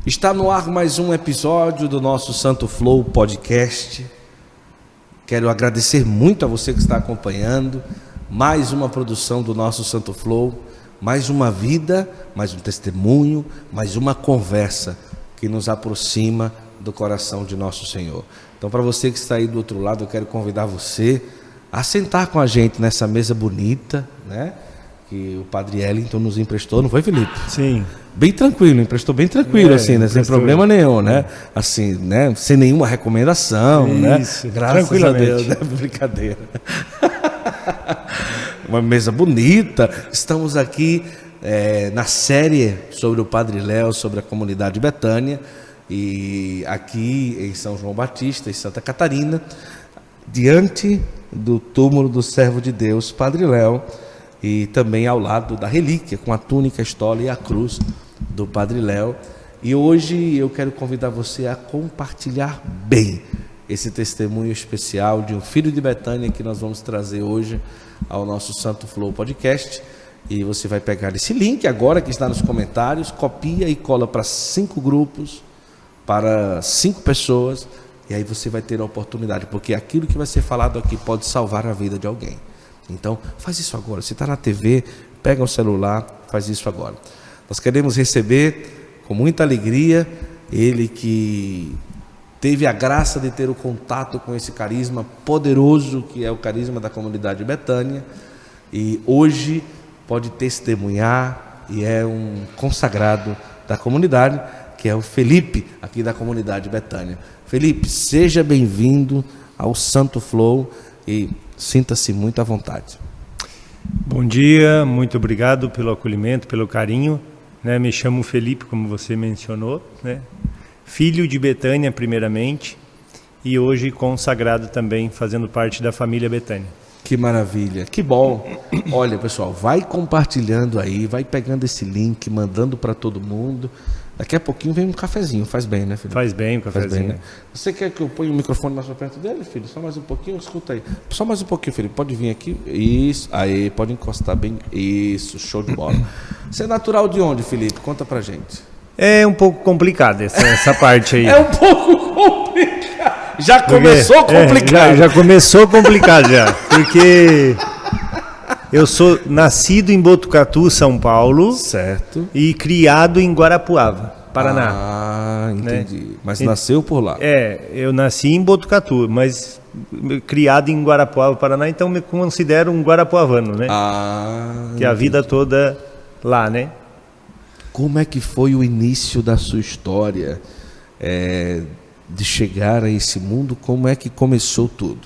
Está no ar mais um episódio do nosso Santo Flow Podcast. Quero agradecer muito a você que está acompanhando mais uma produção do nosso Santo Flow, mais uma vida, mais um testemunho, mais uma conversa que nos aproxima do coração de nosso Senhor. Então, para você que está aí do outro lado, eu quero convidar você a sentar com a gente nessa mesa bonita, né? Que o Padre Ellington nos emprestou, não foi, Felipe? Sim. Bem tranquilo, emprestou bem tranquilo, assim, né? Sem problema nenhum, né? Assim, né? Sem nenhuma recomendação, isso, né? Graças a Deus, né? Brincadeira. Uma mesa bonita. Estamos aqui na série sobre o Padre Léo, sobre a comunidade Betânia, e aqui em São João Batista, em Santa Catarina, diante do túmulo do servo de Deus, Padre Léo, e também ao lado da relíquia, com a túnica, a estola e a cruz do Padre Léo. E hoje eu quero convidar você a compartilhar bem esse testemunho especial de um filho de Betânia que nós vamos trazer hoje ao nosso Santo Flow Podcast. E você vai pegar esse link agora que está nos comentários, copia e cola para 5 grupos, para 5 pessoas, e aí você vai ter a oportunidade, porque aquilo que vai ser falado aqui pode salvar a vida de alguém. Então, faz isso agora. Se está na TV, pega o celular, faz isso agora. Nós queremos receber com muita alegria ele que teve a graça de ter o contato com esse carisma poderoso que é o carisma da comunidade Betânia, e hoje pode testemunhar e é um consagrado da comunidade, que é o Felipe, aqui da comunidade Betânia. Felipe, seja bem-vindo ao Santo Flow e sinta-se muito à vontade. Bom dia, muito obrigado pelo acolhimento, pelo carinho, né? Me chamo Felipe, como você mencionou, né? Filho de Betânia primeiramente, e hoje consagrado também, fazendo parte da família Betânia. Que maravilha, que bom. Olha, pessoal, vai compartilhando aí, vai pegando esse link, mandando para todo mundo. Daqui a pouquinho vem um cafezinho, faz bem, né, filho? Faz bem o cafezinho. Faz bem, né? Você quer que eu ponha o microfone mais para perto dele, filho? Só mais um pouquinho, escuta aí. Só mais um pouquinho, filho, pode vir aqui. Isso, aí, pode encostar bem. Isso, show de bola. Você é natural de onde, Felipe? Conta pra gente. É um pouco complicado essa parte aí. É um pouco complicado. Já começou complicado. Já começou complicado já, porque eu sou nascido em Botucatu, São Paulo. Certo. E criado em Guarapuava, Paraná. Ah, entendi. Né? Mas nasceu por lá. Eu nasci em Botucatu, mas criado em Guarapuava, Paraná, então me considero um guarapuavano, né? Ah, que a vida toda lá, né? Como é que foi o início da sua história de chegar a esse mundo? Como é que começou tudo?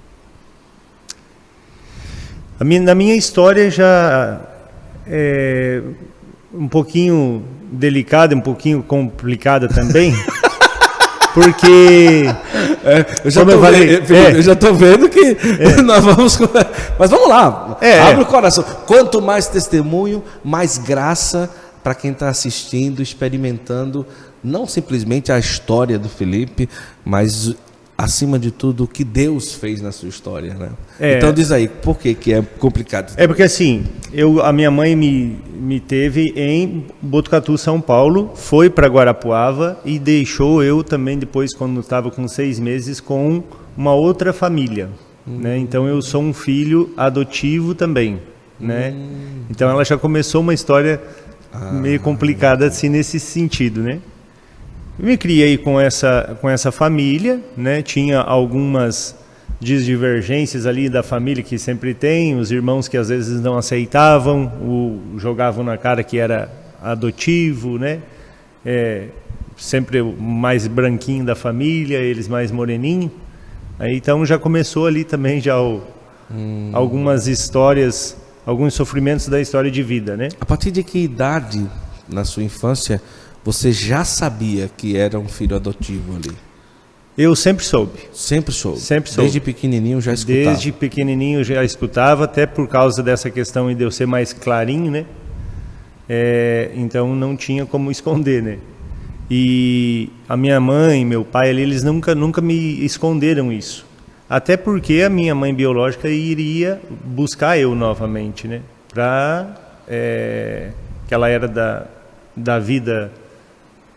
Na minha história já é um pouquinho delicada, um pouquinho complicada também, porque eu já estou vendo que nós vamos... Mas vamos lá, abre o coração. Quanto mais testemunho, mais graça para quem está assistindo, experimentando, não simplesmente a história do Felipe, mas acima de tudo o que Deus fez na sua história, né? Então diz aí, por que é complicado? É porque assim, a minha mãe me teve em Botucatu, São Paulo, foi para Guarapuava e deixou eu também depois, quando estava com 6 meses, com uma outra família, né? Então eu sou um filho adotivo também, né? Então ela já começou uma história meio complicada assim nesse sentido, né? Eu me criei com essa família, né? Tinha algumas divergências ali da família que sempre tem, os irmãos que às vezes não aceitavam, jogavam na cara que era adotivo, né? Sempre o mais branquinho da família, eles mais moreninho. Aí, então já começou ali também já algumas histórias, alguns sofrimentos da história de vida, né? A partir de que idade na sua infância você já sabia que era um filho adotivo ali? Eu sempre soube. Sempre soube? Sempre soube. Desde pequenininho já escutava? Desde pequenininho já escutava, até por causa dessa questão de eu ser mais clarinho, né? Então não tinha como esconder, né? E a minha mãe, meu pai ali, eles nunca me esconderam isso. Até porque a minha mãe biológica iria buscar eu novamente, né? Que ela era da vida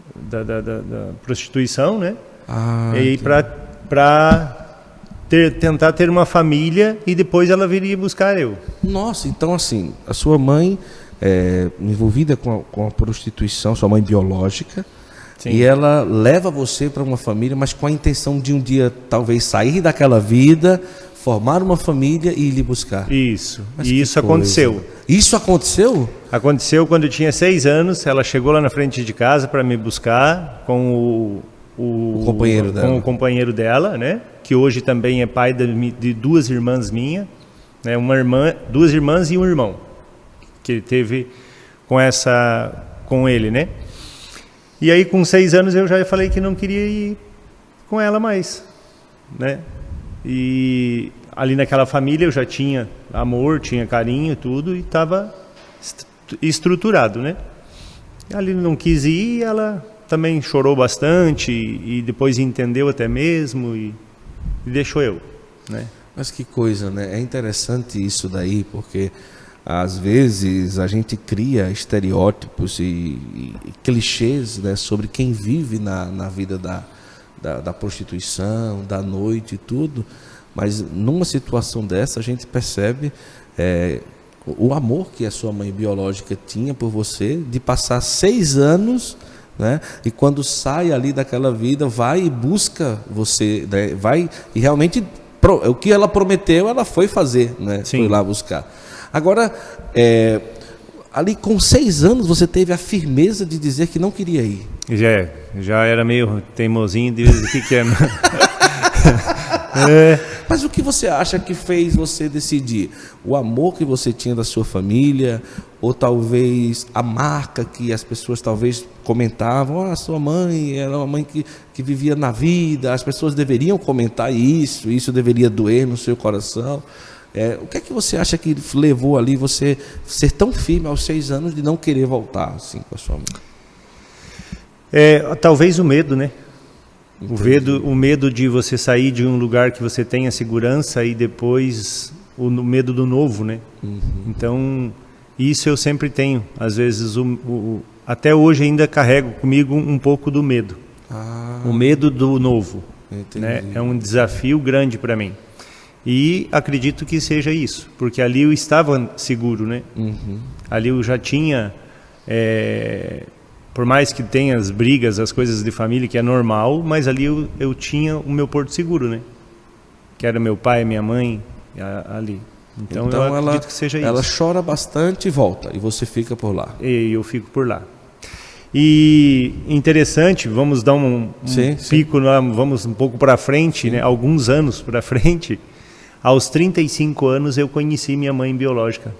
da prostituição, né? E entendi. para tentar ter uma família, e depois ela viria buscar eu. Nossa, então assim, a sua mãe envolvida com a prostituição, sua mãe biológica, Sim. e ela leva você para uma família, mas com a intenção de um dia talvez sair daquela vida, formar uma família e ir lhe buscar. Isso. Mas E que isso coisa. aconteceu. Isso aconteceu? Aconteceu quando eu tinha 6 anos. Ela chegou lá na frente de casa para me buscar com o companheiro dela. Com o companheiro dela, né? Que hoje também é pai de 2 irmãs minhas, né? 2 irmãs e um irmão que ele teve com ele, né? E aí com 6 anos eu já falei que não queria ir com ela mais, né? E ali naquela família eu já tinha amor, tinha carinho, tudo, e estava estruturado, né? Ali não quis ir, ela também chorou bastante e depois entendeu até mesmo e deixou eu, né? Mas que coisa, né? É interessante isso daí, porque às vezes a gente cria estereótipos e clichês, né, sobre quem vive na vida da prostituição, da noite e tudo, mas numa situação dessa a gente percebe o amor que a sua mãe biológica tinha por você, de passar 6 anos, né, e quando sai ali daquela vida, vai e busca você, né, vai e realmente o que ela prometeu, ela foi fazer, né, Sim. foi lá buscar. Agora, ali com 6 anos você teve a firmeza de dizer que não queria ir. Já era meio teimosinho de que é. Mas o que você acha que fez você decidir? O amor que você tinha da sua família, ou talvez a marca que as pessoas talvez comentavam, sua mãe era uma mãe que vivia na vida, as pessoas deveriam comentar isso deveria doer no seu coração. O que é que você acha que levou ali você ser tão firme aos 6 anos de não querer voltar assim com a sua mãe? Talvez o medo, né? O medo de você sair de um lugar que você tenha segurança e depois o medo do novo, né? Uhum. Então, isso eu sempre tenho. Às vezes, até hoje ainda carrego comigo um pouco do medo. O medo do novo, né? É um desafio grande para mim. E acredito que seja isso, porque ali eu estava seguro, né? Uhum. Ali eu já tinha, por mais que tenha as brigas, as coisas de família, que é normal, mas ali eu tinha o meu porto seguro, né? Que era meu pai, minha mãe, ali. Então eu acredito que seja isso. Ela chora bastante e volta, e você fica por lá. E eu fico por lá. E interessante, vamos dar um pico, vamos um pouco para frente, né? Alguns anos para frente. Aos 35 anos eu conheci minha mãe biológica.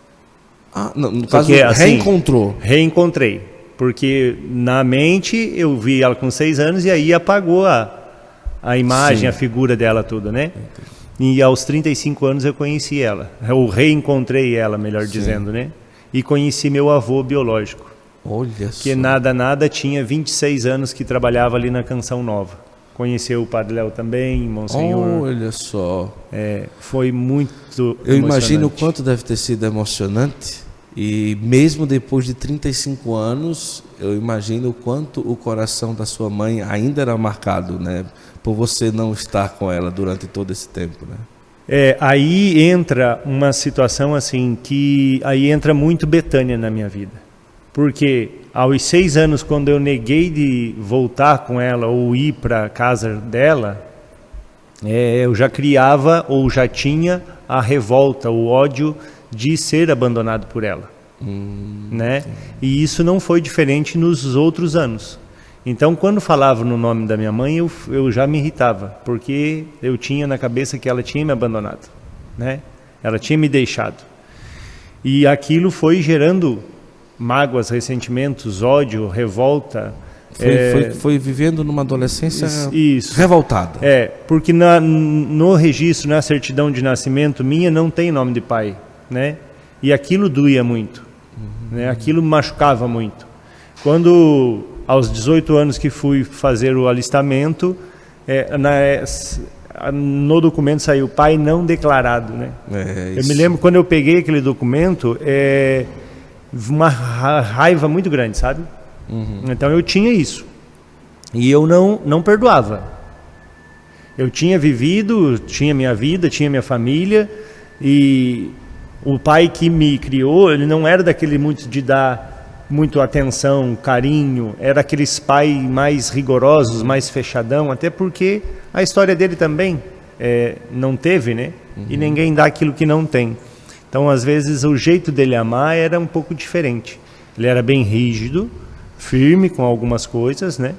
No caso, Reencontrei. Porque na mente eu vi ela com 6 anos e aí apagou a imagem, Sim. a figura dela toda, né? E aos 35 anos eu conheci ela. Eu reencontrei ela, melhor Sim. dizendo, né? E conheci meu avô biológico. Olha só. Que nada tinha 26 anos que trabalhava ali na Canção Nova. Conheceu o Padre Léo também, Monsenhor. Olha só. Foi muito Eu imagino o quanto deve ter sido emocionante. E mesmo depois de 35 anos, eu imagino o quanto o coração da sua mãe ainda era marcado, né? Por você não estar com ela durante todo esse tempo, né? Aí entra uma situação assim, que aí entra muito Betânia na minha vida. Porque aos 6 anos, quando eu neguei de voltar com ela ou ir para a casa dela, eu já criava ou já tinha a revolta, o ódio de ser abandonado por ela, né? E isso não foi diferente nos outros anos. Então, quando falava no nome da minha mãe, eu já me irritava, porque eu tinha na cabeça que ela tinha me abandonado, né? Ela tinha me deixado. E aquilo foi gerando mágoas, ressentimentos, ódio, revolta. Foi vivendo numa adolescência isso. revoltada. Porque no registro, na certidão de nascimento minha, não tem nome de pai, né? E aquilo doía muito, né? Aquilo machucava muito. Quando, aos 18 anos que fui fazer o alistamento, no documento saiu pai não declarado, né? Eu me lembro quando eu peguei aquele documento, uma raiva muito grande, sabe? Então eu tinha isso. E eu não perdoava. Eu tinha vivido, tinha minha vida, tinha minha família, e o pai que me criou, ele não era daquele muito de dar muito atenção, carinho, era aqueles pais mais rigorosos, mais fechadão, até porque a história dele também não teve, né? E ninguém dá aquilo que não tem. Então, às vezes, o jeito dele amar era um pouco diferente. Ele era bem rígido, firme com algumas coisas, né?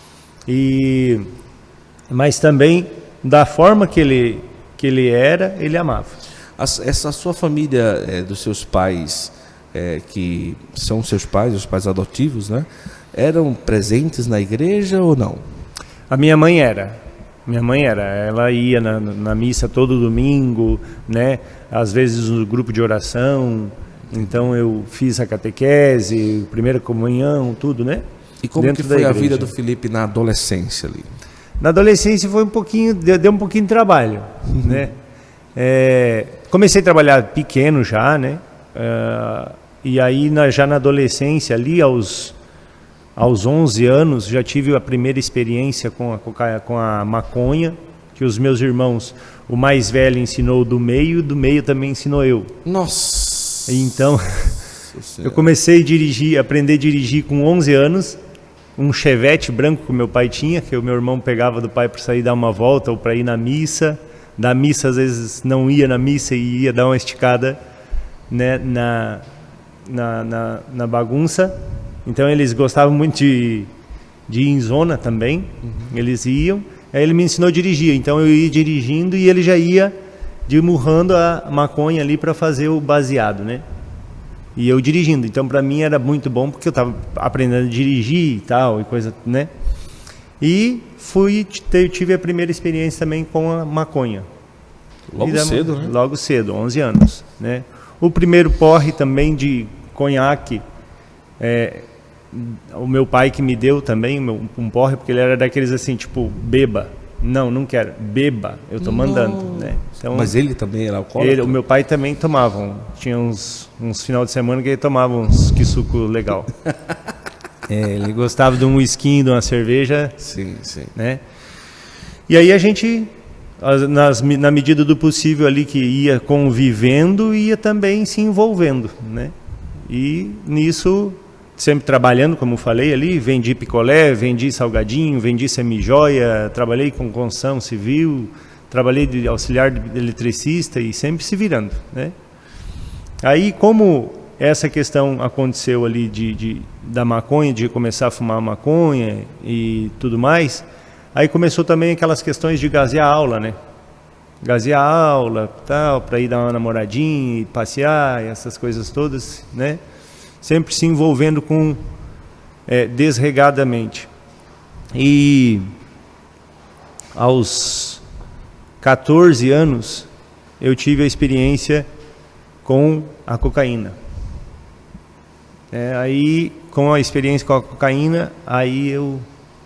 Mas também, da forma que ele era, ele amava. Essa sua família dos seus pais, que são seus pais, os pais adotivos, né? Eram presentes na igreja ou não? A minha mãe era. Ela ia na missa todo domingo, né? Às vezes no grupo de oração. Então eu fiz a catequese, primeira comunhão, tudo, né? E como que foi a vida do Felipe na adolescência ali? Na adolescência foi deu um pouquinho de trabalho, né? Comecei a trabalhar pequeno já, né? E aí já na adolescência ali, aos 11 anos, já tive a primeira experiência com a maconha, que os meus irmãos, o mais velho ensinou o do meio também ensinou eu. Nossa! Então, eu comecei a aprender a dirigir com 11 anos, um Chevette branco que o meu pai tinha, que o meu irmão pegava do pai para sair dar uma volta ou para ir na missa. Da missa, às vezes, não ia na missa e ia dar uma esticada, né, na bagunça. Então eles gostavam muito de ir em zona também, eles iam, aí ele me ensinou a dirigir, então eu ia dirigindo e ele já ia demurrando a maconha ali para fazer o baseado, né? E eu dirigindo, então para mim era muito bom porque eu estava aprendendo a dirigir e tal, e coisa, né? E tive a primeira experiência também com a maconha. Logo cedo, né? Logo cedo, 11 anos, né? O primeiro porre também de conhaque, o meu pai que me deu também um porre, porque ele era daqueles assim, tipo, beba. Não quero, beba, eu tô mandando, né? Então, mas ele também era alcoólatra? O meu pai também tomava, tinha uns final de semana que ele tomava uns quisuco legal. Ele gostava de um whisky, de uma cerveja. Sim. Né? E aí a gente, na medida do possível ali que ia convivendo, ia também se envolvendo, né? E nisso, sempre trabalhando, como eu falei ali, vendi picolé, vendi salgadinho, vendi semijoia, trabalhei com construção civil, trabalhei de auxiliar de eletricista e sempre se virando, né? Aí, como essa questão aconteceu ali da maconha, de começar a fumar maconha e tudo mais, aí começou também aquelas questões de gazear a aula, né? Gazear a aula, tal, para ir dar uma namoradinha e passear, essas coisas todas, né? Sempre se envolvendo com desregadamente. E aos 14 anos eu tive a experiência com a cocaína. Aí, com a experiência com a cocaína, aí eu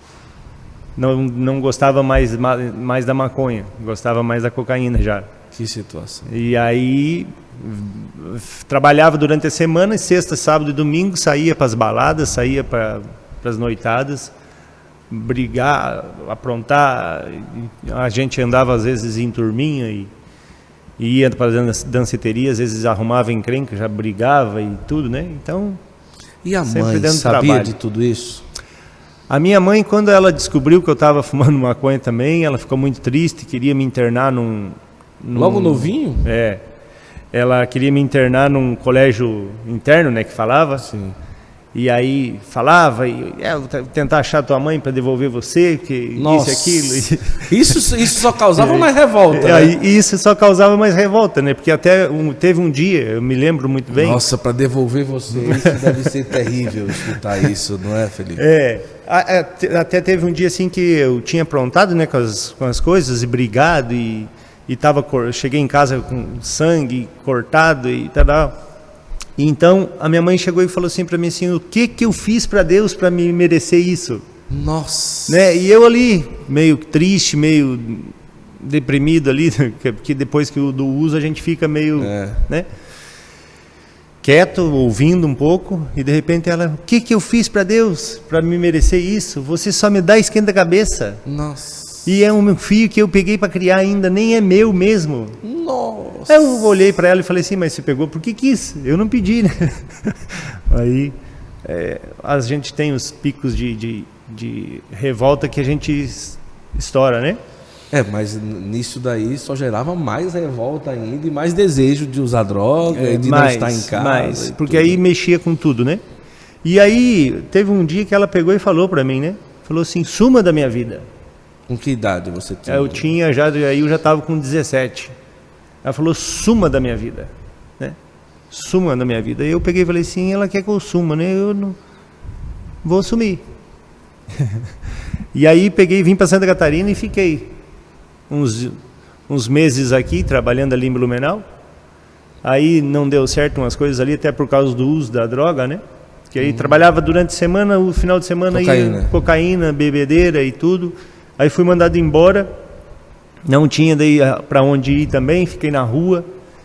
não gostava mais da maconha, gostava mais da cocaína já. Que situação. E aí trabalhava durante a semana, sexta, sábado e domingo, saía para as baladas, saía para as noitadas, brigar, aprontar. A gente andava às vezes em turminha e ia para danceteria, às vezes arrumava encrenca, já brigava e tudo, né? Então, e a mãe sabia trabalho de tudo isso? A minha mãe, quando ela descobriu que eu estava fumando maconha também, ela ficou muito triste, queria me internar Logo novinho? Ela queria me internar num colégio interno, né, que falava. Sim. E aí falava, vou tentar achar tua mãe para devolver você, que Nossa. isso e aquilo. Isso só causava mais revolta, né? Isso só causava mais revolta, né? Porque até teve um dia, eu me lembro muito bem. Nossa, para devolver você, isso deve ser terrível escutar isso, não é, Felipe? Até teve um dia assim que eu tinha aprontado, né, com as coisas e brigado cheguei em casa com sangue cortado e tal. E então a minha mãe chegou e falou assim para mim assim: o que eu fiz para Deus para me merecer isso? Nossa. Né? E eu ali meio triste, meio deprimido ali, porque depois do uso a gente fica meio, né? O quieto, ouvindo um pouco, e de repente ela, o que eu fiz para Deus para me merecer isso? Você só me dá esquenta a cabeça. Nossa. E é um meu filho que eu peguei para criar ainda, nem é meu mesmo. Nossa. Eu olhei para ela e falei assim, mas você pegou porque quis, eu não pedi, né? Aí a gente tem os picos de revolta que a gente estoura, né? Mas nisso daí só gerava mais revolta ainda e mais desejo de usar droga e de não estar em casa. Porque aí mexia com tudo, né? E aí teve um dia que ela pegou e falou para mim, né? Falou assim, suma da minha vida. Com que idade você tinha? Eu tinha já, aí eu já estava com 17. Ela falou, suma da minha vida, né? Suma da minha vida. E eu peguei e falei assim, ela quer que eu suma, né? Eu não vou sumir. E aí peguei, vim para Santa Catarina e fiquei uns meses aqui, trabalhando ali em Blumenau. Aí não deu certo umas coisas ali, até por causa do uso da droga, né? Que aí trabalhava durante a semana, o final de semana ia cocaína, bebedeira e tudo. Aí fui mandado embora, não tinha daí para onde ir também, fiquei na rua,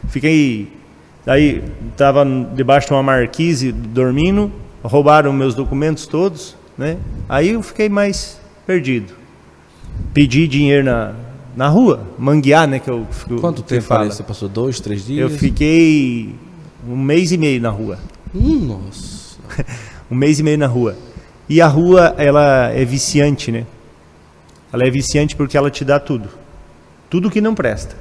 aí estava debaixo de uma marquise dormindo, roubaram meus documentos todos, né? Aí eu fiquei mais perdido. Pedi dinheiro na rua, manguear, né? Quanto tempo ali? Você passou 2, 3 dias? Eu fiquei 1 mês e meio na rua. Nossa! 1 mês e meio na rua. E a rua, ela é viciante, né? Ela é viciante porque ela te dá tudo. Tudo que não presta.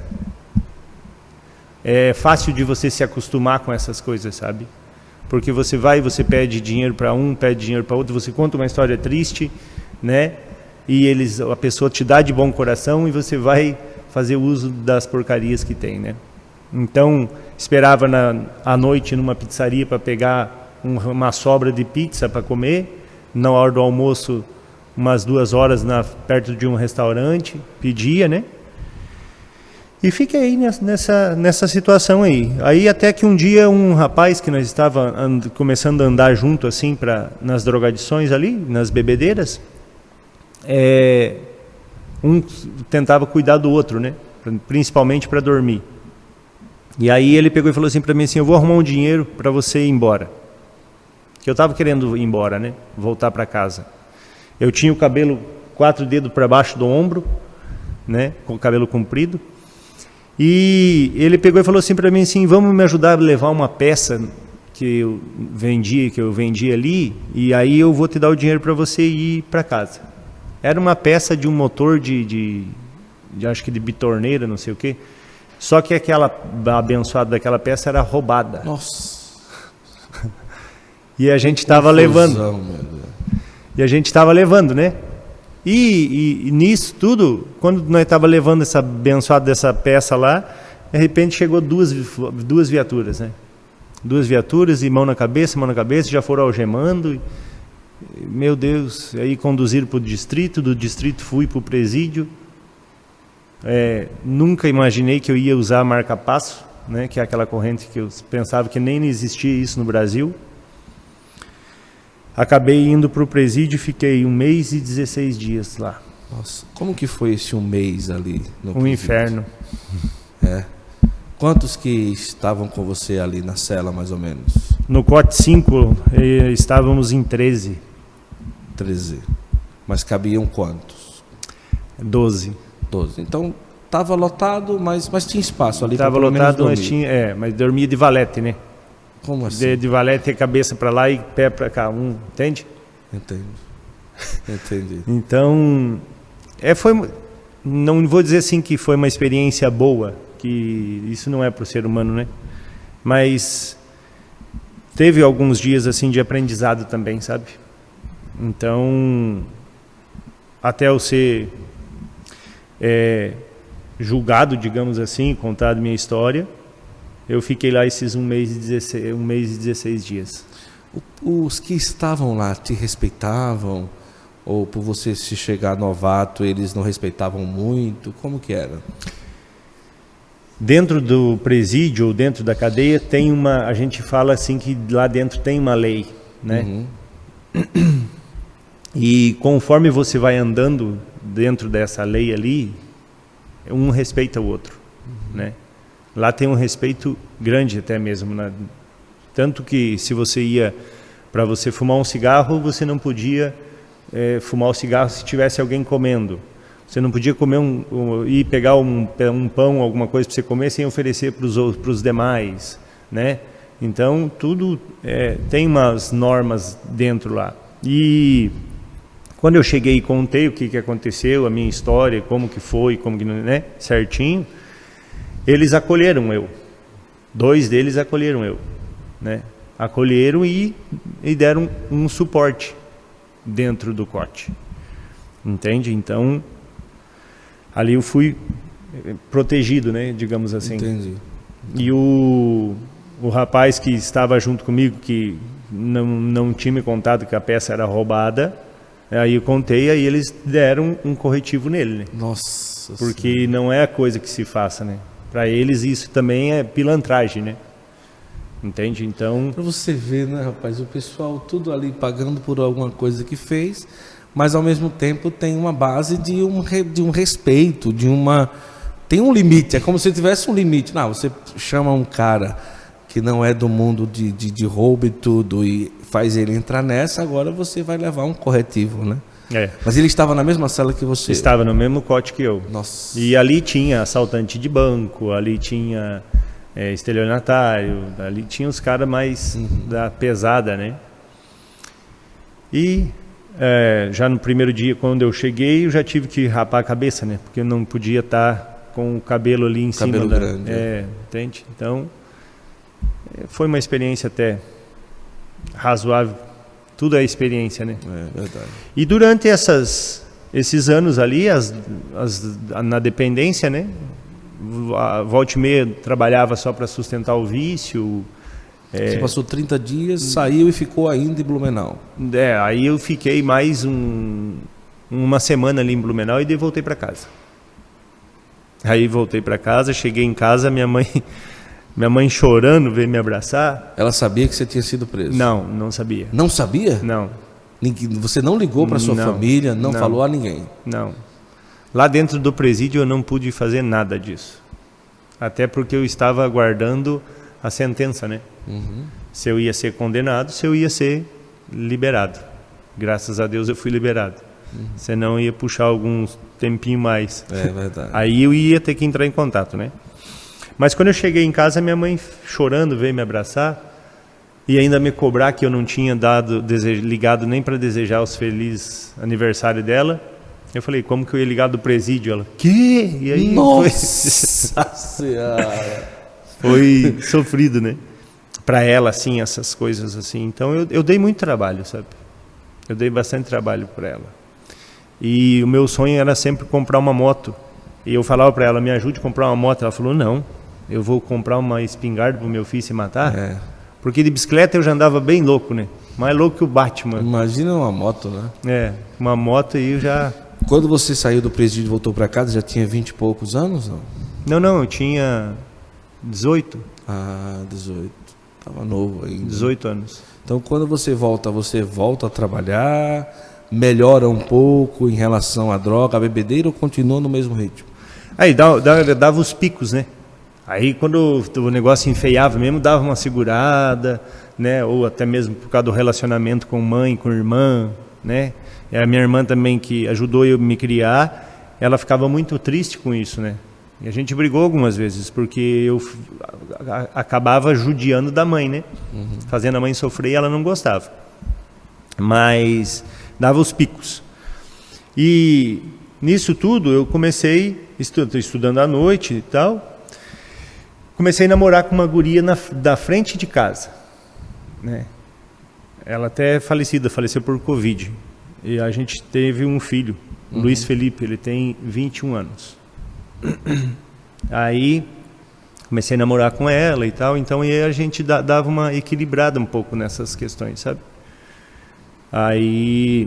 É fácil de você se acostumar com essas coisas, sabe? Porque você vai e você pede dinheiro para um, pede dinheiro para outro, você conta uma história triste, né? E a pessoa te dá de bom coração e você vai fazer uso das porcarias que tem, né? Então, esperava à noite numa pizzaria para pegar uma sobra de pizza para comer. Na hora do almoço, umas 2 horas perto de um restaurante, pedia, né? E fiquei nessa situação aí. Aí até que um dia um rapaz que nós estava começando a andar junto assim nas drogadições ali, nas bebedeiras, um tentava cuidar do outro, né? Principalmente para dormir. E aí ele pegou e falou assim para mim assim, eu vou arrumar um dinheiro para você ir embora. Que eu estava querendo ir embora, né? Voltar para casa. Eu tinha o cabelo 4 dedos para baixo do ombro, né? Com o cabelo comprido. E ele pegou e falou assim para mim assim, vamos me ajudar a levar uma peça que eu vendi ali, e aí eu vou te dar o dinheiro para você ir para casa. Era uma peça de um motor de acho que de bitorneira, não sei o quê. Só que aquela abençoada daquela peça era roubada. Nossa. E a gente estava levando. E a gente estava levando, né? E nisso tudo, quando nós estava levando essa abençoada dessa peça lá, de repente chegou duas viaturas, né? 2 viaturas e mão na cabeça, já foram algemando. Meu Deus, aí conduziram para o distrito, do distrito fui para o presídio. Nunca imaginei que eu ia usar a marca-passo, né? Que é aquela corrente que eu pensava que nem existia isso no Brasil. Acabei indo para o presídio e fiquei 1 mês e 16 dias lá. Nossa, como que foi esse 1 mês ali no presídio? Um inferno. Quantos que estavam com você ali na cela, mais ou menos? No corte 5, estávamos em 13. 13. Mas cabiam quantos? 12. Então, estava lotado, mas tinha espaço ali. Estava lotado, mas tinha... mas dormia de valete, né? Como assim? De valete, cabeça para lá e pé para cá, entende? Entendo. Entendi. Então, não vou dizer assim que foi uma experiência boa, que isso não é para o ser humano, né? Mas teve alguns dias assim de aprendizado também, sabe? Então, até eu ser julgado, digamos assim, contado minha história, eu fiquei lá esses 1 mês e 16 dias. Os que estavam lá te respeitavam? Ou por você se chegar novato, eles não respeitavam muito? Como que era? Dentro do presídio ou dentro da cadeia a gente fala assim que lá dentro tem uma lei, né? Uhum. E conforme você vai andando dentro dessa lei ali, um respeita o outro, né? Lá tem um respeito grande até mesmo Tanto que se você ia para você fumar um cigarro, você não podia fumar o cigarro se tivesse alguém comendo. Você não podia comer ir pegar um pão, alguma coisa para você comer sem oferecer para os demais, né? Então tudo tem umas normas dentro lá. E quando eu cheguei e contei o que aconteceu, a minha história, como que foi, como que, né, certinho, eles acolheram eu. 2 deles acolheram eu, né? Acolheram e deram um suporte dentro do COT. Entende? Então, ali eu fui protegido, né, digamos assim. Entendi. E o rapaz que estava junto comigo, que não tinha me contado que a peça era roubada, aí eu contei, aí eles deram um corretivo nele, né? Nossa. Porque senhora, não é a coisa que se faça, né? Para eles isso também é pilantragem, né? Entende? Então... Para você ver, né, rapaz, o pessoal tudo ali pagando por alguma coisa que fez, mas ao mesmo tempo tem uma base de um respeito, tem um limite, é como se tivesse um limite. Não, você chama um cara que não é do mundo de roubo e tudo e faz ele entrar nessa, agora você vai levar um corretivo, né? Mas ele estava na mesma cela que você? Estava no mesmo COT que eu. Nossa. E ali tinha assaltante de banco, ali tinha estelionatário, ali tinha os caras mais da pesada, né? E já no primeiro dia, quando eu cheguei, eu já tive que rapar a cabeça, né? Porque eu não podia estar com o cabelo ali em cima. Cabelo grande. Entende? Então, foi uma experiência até razoável. Tudo é experiência, né? É verdade. E durante esses anos ali, na dependência, né? Volta e meia trabalhava só para sustentar o vício. Você passou 30 dias, saiu e ficou ainda em Blumenau. Aí eu fiquei mais uma semana ali em Blumenau e daí voltei para casa. Aí voltei para casa, cheguei em casa, minha mãe chorando veio me abraçar. Ela sabia que você tinha sido preso? Não sabia. Não sabia? Não. Você não ligou para sua família, não falou a ninguém? Não. Lá dentro do presídio eu não pude fazer nada disso. Até porque eu estava aguardando a sentença, né? Se eu ia ser condenado, se eu ia ser liberado. Graças a Deus eu fui liberado. Senão eu ia puxar alguns tempinho mais. É verdade. Aí eu ia ter que entrar em contato, né? Mas quando eu cheguei em casa, minha mãe chorando veio me abraçar e ainda me cobrar que eu não tinha ligado nem para desejar os felizes aniversário dela. Eu falei, como que eu ia ligar do presídio? Ela, quê? E aí Nossa Senhora! Foi sofrido, né? Para ela, assim, essas coisas assim. Então eu dei muito trabalho, sabe? Eu dei bastante trabalho para ela. E o meu sonho era sempre comprar uma moto. E eu falava para ela, me ajude a comprar uma moto. Ela falou, não, eu vou comprar uma espingarda para o meu filho se matar. Porque de bicicleta eu já andava bem louco, né? Mais louco que o Batman. Imagina uma moto, né? Uma moto e eu já... Quando você saiu do presídio e voltou para casa, já tinha 20 e poucos anos? Não, eu tinha 18. 18. Estava novo ainda. 18 anos. Então, quando você volta a trabalhar, melhora um pouco em relação à droga, à bebedeira, ou continua no mesmo ritmo? Aí dava os picos, né? Aí quando o negócio enfeiava mesmo, dava uma segurada, né? Ou até mesmo por causa do relacionamento com mãe, com irmã, né? E a minha irmã também, que ajudou eu a me criar, ela ficava muito triste com isso, né? E a gente brigou algumas vezes, porque eu acabava judiando da mãe, né? Fazendo a mãe sofrer e ela não gostava. Mas dava os picos. E nisso tudo eu comecei, estudando à noite e tal, comecei a namorar com uma guria da frente de casa, né? Ela até é falecida, faleceu por Covid. E a gente teve um filho, Luiz Felipe, ele tem 21 anos. Aí comecei a namorar com ela e tal, então aí a gente dava uma equilibrada um pouco nessas questões, sabe? Aí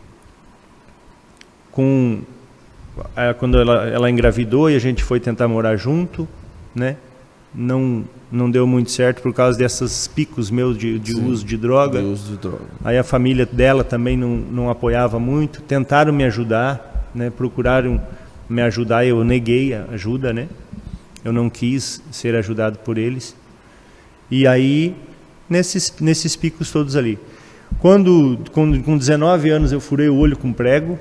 quando ela engravidou e a gente foi tentar morar junto, né? Não deu muito certo por causa desses picos meus de uso de droga. Aí a família dela também não apoiava muito, tentaram me ajudar, né? Procuraram me ajudar, eu neguei a ajuda, né? Eu não quis ser ajudado por eles. E aí nesses picos todos ali. Quando com 19 anos eu furei o olho com prego,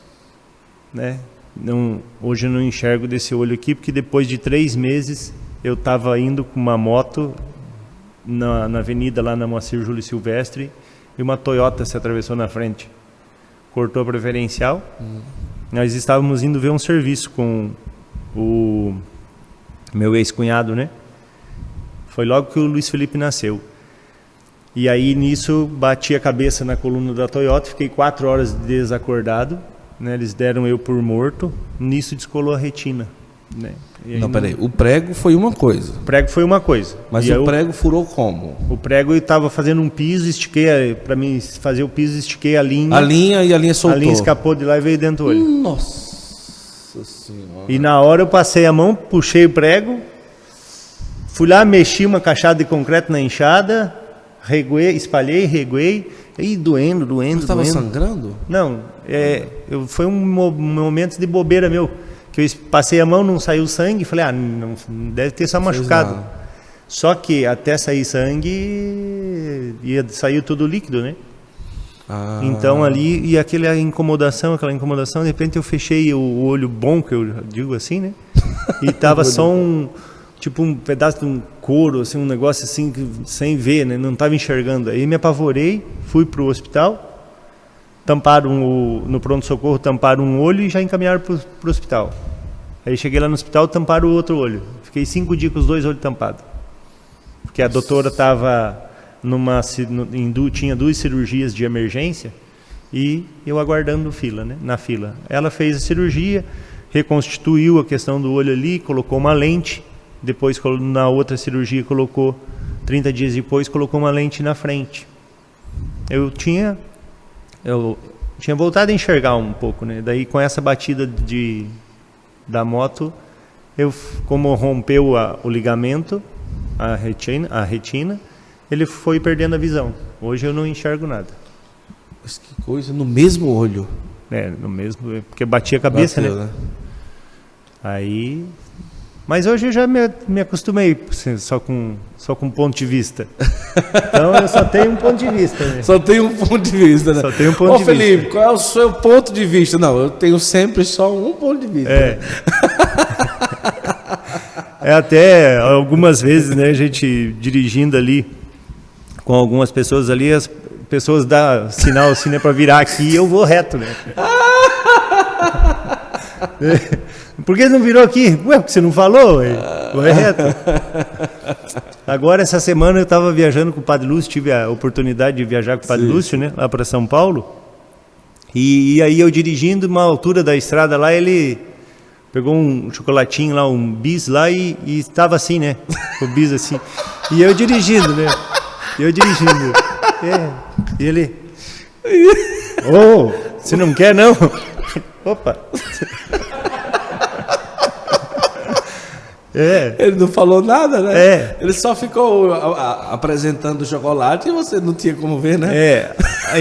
né? Hoje eu não enxergo desse olho aqui, porque depois de 3 meses eu estava indo com uma moto na avenida lá na Moacir Júlio Silvestre e uma Toyota se atravessou na frente, cortou a preferencial. Nós estávamos indo ver um serviço com o meu ex-cunhado, né? Foi logo que o Luiz Felipe nasceu. E aí nisso bati a cabeça na coluna da Toyota, fiquei 4 horas desacordado, né? Eles deram eu por morto, nisso descolou a retina, né? Não, peraí, o prego foi uma coisa. O prego foi uma coisa. Mas o prego furou como? O prego eu estava fazendo um piso, estiquei, para mim fazer o piso, estiquei a linha. E a linha soltou. A linha escapou de lá e veio dentro do olho. Nossa Senhora. E na hora eu passei a mão, puxei o prego, fui lá, mexi uma caixada de concreto na enxada, reguei, espalhei, reguei, e doendo. Você estava sangrando? Não, foi um momento de bobeira meu, que eu passei a mão, não saiu sangue, falei, não deve ter só machucado. Só que até sair sangue, saiu tudo líquido, né? Então ali, e aquela incomodação, de repente eu fechei o olho bom, que eu digo assim, né? E tava só tipo um pedaço de um couro, assim, um negócio assim, sem ver, né? Não estava enxergando. Aí me apavorei, fui pro hospital, tamparam no pronto-socorro, tamparam um olho e já encaminharam pro hospital. Aí cheguei lá no hospital, tamparam o outro olho. Fiquei 5 dias com os 2 olhos tampados. Porque a doutora estava tinha 2 cirurgias de emergência e eu aguardando na fila. Ela fez a cirurgia, reconstituiu a questão do olho ali, colocou uma lente. Depois, na outra cirurgia, 30 dias depois, colocou uma lente na frente. Eu tinha voltado a enxergar um pouco, né? Daí, com essa batida da moto, como rompeu o ligamento, a retina, ele foi perdendo a visão. Hoje eu não enxergo nada. Mas que coisa, no mesmo olho? No mesmo, porque batia a cabeça, né? Aí... Mas hoje eu já me acostumei só com ponto de vista. Então eu só tenho um ponto de vista, né? Só tem um ponto de vista, né? Só tenho um ponto de Felipe, vista. qual é o seu ponto de vista? Não, eu tenho sempre só um ponto de vista. Até algumas vezes, né, a gente dirigindo ali com algumas pessoas ali, as pessoas dão sinal assim, né, para virar aqui e eu vou reto, né? Por que não virou aqui? Porque você não falou? Vai reto. Agora, essa semana, eu estava viajando com o Padre Lúcio, tive a oportunidade de viajar com o Padre Lúcio, né, lá para São Paulo. E aí eu dirigindo, uma altura da estrada lá, ele pegou um chocolatinho lá, um bis lá e estava assim, né? O bis assim. E eu dirigindo, né? E ele... você não quer, não? Opa! Ele não falou nada, né? É. Ele só ficou apresentando o chocolate e você não tinha como ver, né?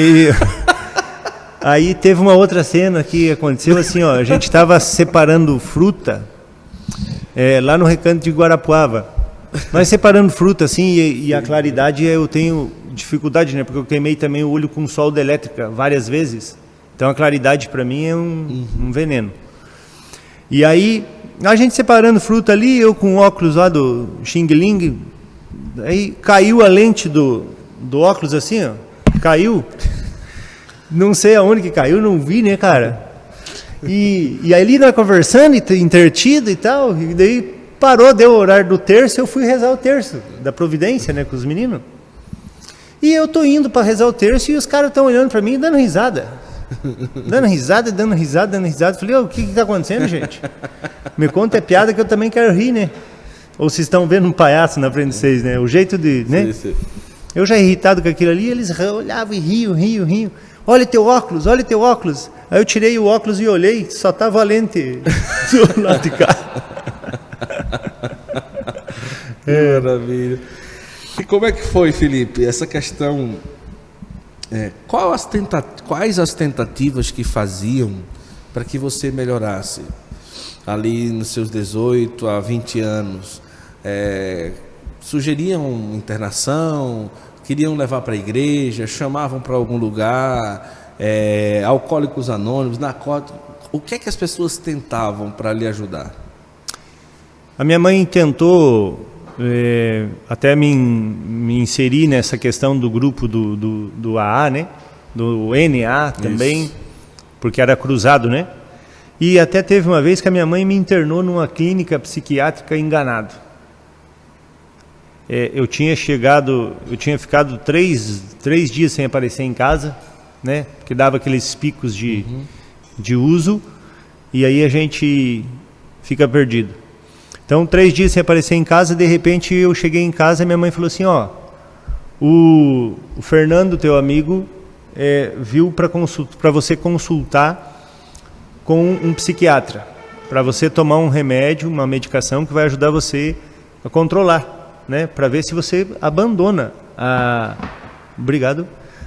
Aí teve uma outra cena que aconteceu assim, ó, a gente estava separando fruta lá no Recanto de Guarapuava. Nós separando fruta assim e a claridade eu tenho dificuldade, né? Porque eu queimei também o olho com solda elétrica várias vezes. Então a claridade para mim é um veneno. E aí a gente separando fruta ali, eu com óculos lá do Xing Ling, aí caiu a lente do óculos assim, ó, caiu. Não sei aonde que caiu, não vi, né, cara? E aí nós conversando, intertido e tal, e daí parou, deu o horário do terço, eu fui rezar o terço da Providência, né, com os meninos. E eu tô indo para rezar o terço e os caras estão olhando para mim e dando risada. Dando risada. Falei, o que tá acontecendo, gente? Me conta é piada que eu também quero rir, né? Ou vocês estão vendo um palhaço na frente de vocês, né? O jeito de, né? Sim. Eu já irritado com aquilo ali, eles olhavam e riam. Olha teu óculos. Aí eu tirei o óculos e olhei, só tava a lente do lado de cá. Maravilha. E como é que foi, Felipe, essa questão... Quais as tentativas que faziam para que você melhorasse ali nos seus 18 a 20 anos? sugeriam internação, queriam levar para a igreja, chamavam para algum lugar, alcoólicos anônimos, narcóticos. O que é que as pessoas tentavam para lhe ajudar? A minha mãe tentou até me inserir nessa questão do grupo do AA, né? Do NA também, isso, porque era cruzado, né? E até teve uma vez que a minha mãe me internou numa clínica psiquiátrica enganado. Eu tinha ficado três dias sem aparecer em casa, né? Porque dava aqueles picos de uso, e aí a gente fica perdido. Então, 3 dias sem aparecer em casa, de repente eu cheguei em casa e minha mãe falou assim, ó, o Fernando, teu amigo, viu para você consultar com um psiquiatra, para você tomar um remédio, uma medicação que vai ajudar você a controlar, né? Para ver se você abandona Obrigado.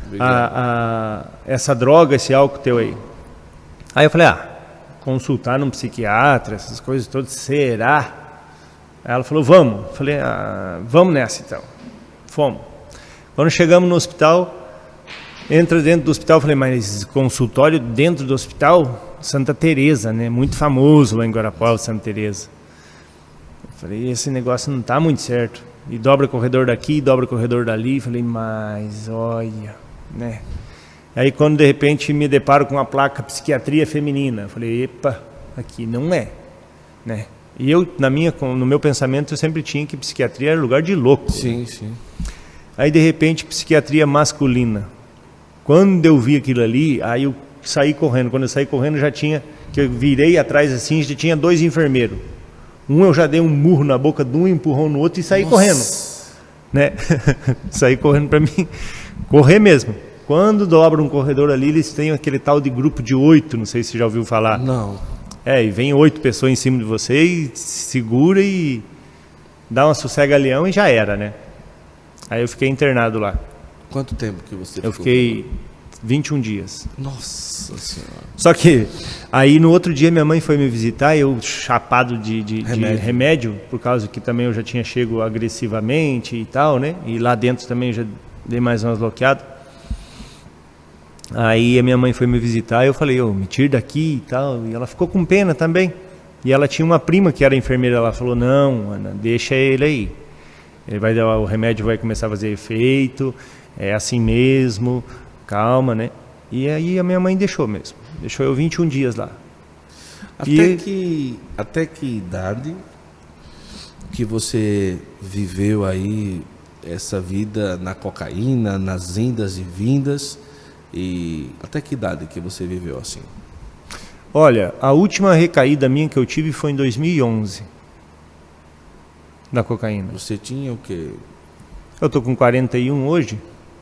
Essa droga, esse álcool teu aí. Aí eu falei, consultar num psiquiatra, essas coisas todas, será? Aí ela falou, vamos. Eu falei, vamos nessa então. Fomos. Quando chegamos no hospital, entra dentro do hospital, eu falei, mas consultório dentro do hospital? Santa Teresa, né? Muito famoso lá em Guarapuava, Santa Teresa. Eu falei, esse negócio não está muito certo. E dobra corredor daqui, dobra corredor dali. Eu falei, mas olha, né? Aí quando de repente me deparo com a placa psiquiatria feminina, eu falei, epa, aqui não é, né? E eu, no meu pensamento, eu sempre tinha que psiquiatria era lugar de louco. Sim, sim. Aí de repente psiquiatria masculina. Quando eu vi aquilo ali, aí eu saí correndo. Quando eu saí correndo que eu virei atrás assim, já tinha 2 enfermeiros. Um eu já dei um murro na boca de um, empurrão no outro e saí correndo, né? Saí correndo para mim correr mesmo. Quando dobra um corredor ali, eles têm aquele tal de grupo de 8, não sei se você já ouviu falar. Não. E vem 8 pessoas em cima de você e segura e dá uma sossega-leão e já era, né? Aí eu fiquei internado lá. Quanto tempo que você ficou? Eu fiquei 21 dias. Nossa Senhora. Só que aí no outro dia minha mãe foi me visitar, eu chapado de remédio, por causa que também eu já tinha chego agressivamente e tal, né? E lá dentro também eu já dei mais umas bloqueadas. Aí a minha mãe foi me visitar e eu falei, me tira daqui e tal. E ela ficou com pena também. E ela tinha uma prima que era enfermeira, ela falou, não, Ana, deixa ele aí. O remédio vai começar a fazer efeito, é assim mesmo, calma, né? E aí a minha mãe deixou mesmo. Deixou eu 21 dias lá. Até que idade que você viveu aí essa vida na cocaína, nas indas e vindas? E até que idade que você viveu assim? Olha, a última recaída minha que eu tive foi em 2011, da cocaína. Você tinha o quê? Eu tô com 41 hoje.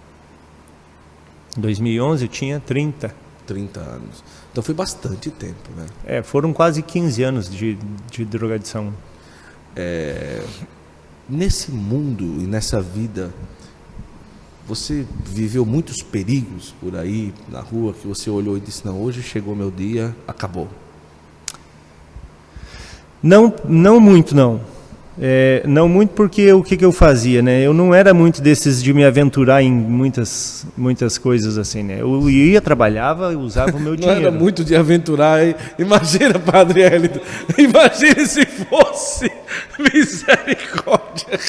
Em 2011 eu tinha 30. 30 anos. Então foi bastante tempo, né? Foram quase 15 anos de drogadição. Nesse mundo e nessa vida, você viveu muitos perigos por aí, na rua, que você olhou e disse, não, hoje chegou meu dia, acabou. Não muito, não. Não muito porque o que eu fazia, né? Eu não era muito desses de me aventurar em muitas coisas assim, né? Eu ia, trabalhava e usava o meu dinheiro. Não era muito de aventurar, hein? Imagina, Padre Hélito, imagine se fosse misericórdia.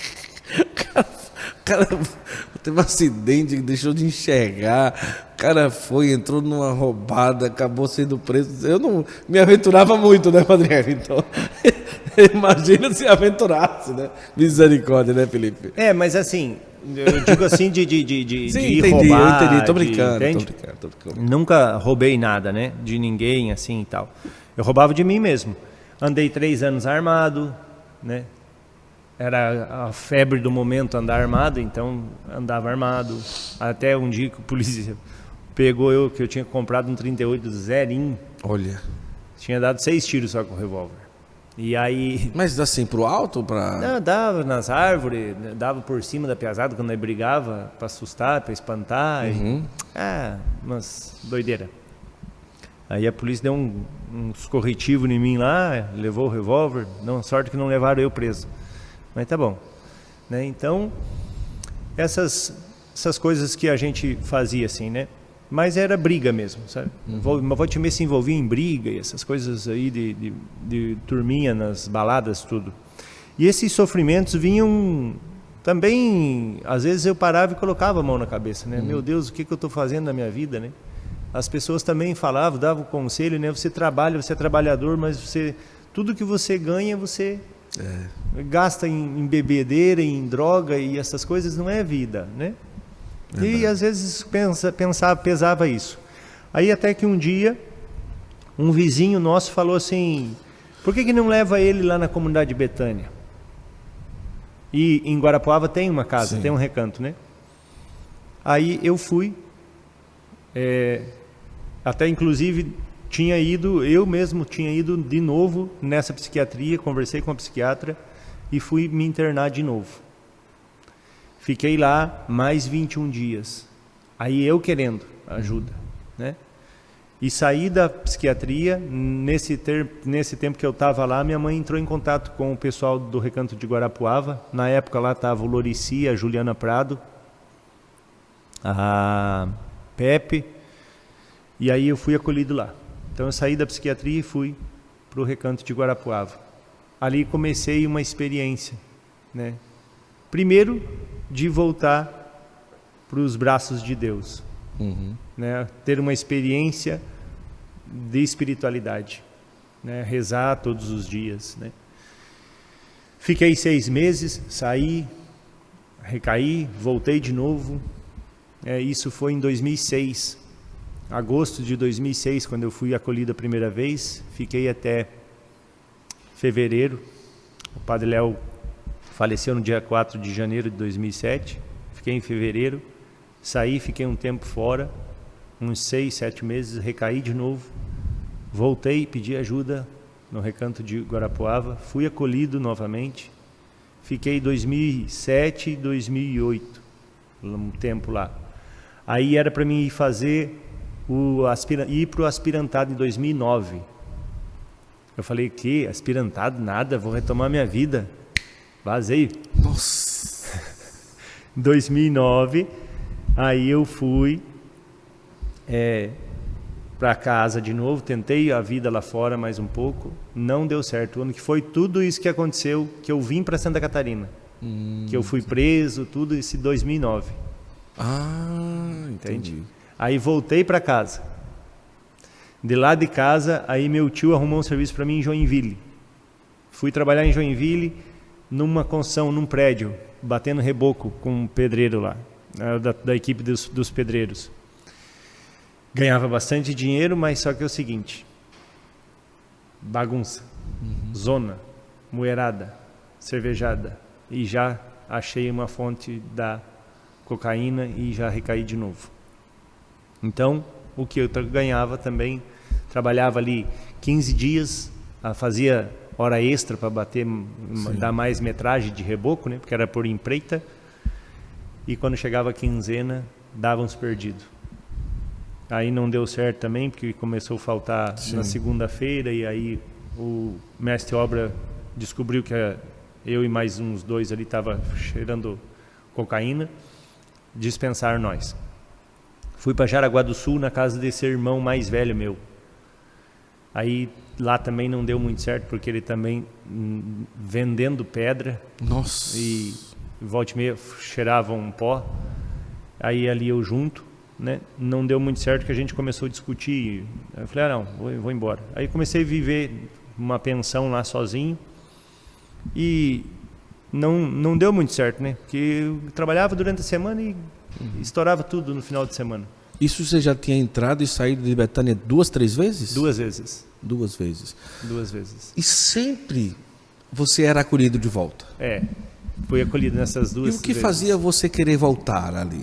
Cara, teve um acidente que deixou de enxergar, o cara entrou numa roubada, acabou sendo preso. Eu não me aventurava muito, né, Padre Hélito? Então, imagina se aventurasse, né? Misericórdia, né, Felipe? Mas assim, eu digo assim de Sim, de entendi, roubar. Eu entendi, tô brincando. Nunca roubei nada, né? De ninguém, assim e tal. Eu roubava de mim mesmo. Andei 3 anos armado, né? Era a febre do momento andar armado, então andava armado. Até um dia que o polícia pegou que eu tinha comprado um 38 zerinho. Olha. Tinha dado 6 tiros só com o revólver. E aí... Mas assim, pro alto? Não, dava nas árvores, dava por cima da piazada quando ele brigava, para assustar, para espantar. Uhum. Mas doideira. Aí a polícia deu uns corretivos em mim lá, levou o revólver. Não, sorte que não levaram eu preso. Mas tá bom. né? Então, essas coisas que a gente fazia assim, né? Mas era briga mesmo, sabe? Volta e meia se envolvia em briga e essas coisas aí de turminha nas baladas, tudo. E esses sofrimentos vinham também, às vezes eu parava e colocava a mão na cabeça, né? Meu Deus, o que eu estou fazendo na minha vida, né? As pessoas também falavam, davam conselho, né? Você trabalha, você é trabalhador, mas tudo que você ganha, você gasta em bebedeira, em droga e essas coisas, não é vida, né? E às vezes pesava isso. Aí até que um dia, um vizinho nosso falou assim, por que não leva ele lá na comunidade de Betânia? E em Guarapuava tem uma casa, tem um recanto, né? Aí eu fui, até inclusive eu mesmo tinha ido de novo nessa psiquiatria, conversei com a psiquiatra e fui me internar de novo. Fiquei lá mais 21 dias. Aí eu querendo ajuda, né? E saí da psiquiatria, nesse tempo que eu estava lá, minha mãe entrou em contato com o pessoal do Recanto de Guarapuava. Na época lá estava o Lorici, a Juliana Prado, a Pepe, e aí eu fui acolhido lá. Então eu saí da psiquiatria e fui para o Recanto de Guarapuava. Ali comecei uma experiência, né? Primeiro, de voltar para os braços de Deus, né? Ter uma experiência de espiritualidade, né? Rezar todos os dias, né? Fiquei 6 meses, saí, recaí, voltei de novo. Isso foi em 2006, agosto de 2006, quando eu fui acolhido a primeira vez. Fiquei até fevereiro. O Padre Léo faleceu no dia 4 de janeiro de 2007. Fiquei em fevereiro, saí, fiquei um tempo fora, uns 6, 7 meses, recaí de novo, voltei, pedi ajuda no Recanto de Guarapuava, fui acolhido novamente, fiquei 2007 e 2008, um tempo lá. Aí era para mim ir fazer ir para o aspirantado em 2009. Eu falei, que aspirantado? Nada, vou retomar minha vida. Vazei. Nossa. 2009, aí eu fui para casa de novo, tentei a vida lá fora mais um pouco, não deu certo. O ano que foi tudo isso que aconteceu, que eu vim para Santa Catarina, que eu fui preso, tudo isso em 2009. Ah, entendi. Aí voltei para casa. De lá de casa, aí meu tio arrumou um serviço para mim em Joinville. Fui trabalhar em Joinville, numa construção, num prédio, batendo reboco com um pedreiro lá, da equipe dos pedreiros. Ganhava bastante dinheiro, mas só que é o seguinte, bagunça, zona, moerada, cervejada, e já achei uma fonte da cocaína e já recaí de novo. Então, o que eu ganhava também, trabalhava ali 15 dias, fazia hora extra para dar mais metragem de reboco, né? Porque era por empreita. E quando chegava a quinzena, dava uns perdidos. Aí não deu certo também, porque começou a faltar na segunda-feira, e aí o mestre obra descobriu que eu e mais uns 2 ali estava cheirando cocaína, dispensaram nós. Fui para Jaraguá do Sul, na casa desse irmão mais velho meu. Aí lá também não deu muito certo, porque ele também vendendo pedra. Nossa. E volta e meia cheirava um pó. Aí ali eu junto, né? Não deu muito certo, que a gente começou a discutir. Aí eu falei, não, vou embora. Aí comecei a viver uma pensão lá sozinho. E não deu muito certo, né? Porque eu trabalhava durante a semana e estourava tudo no final de semana. Isso você já tinha entrado e saído de Betânia 2, 3 vezes? 2 vezes. 2 vezes. 2 vezes. E sempre você era acolhido de volta? Fui acolhido nessas 2 vezes. E o que fazia você querer voltar ali?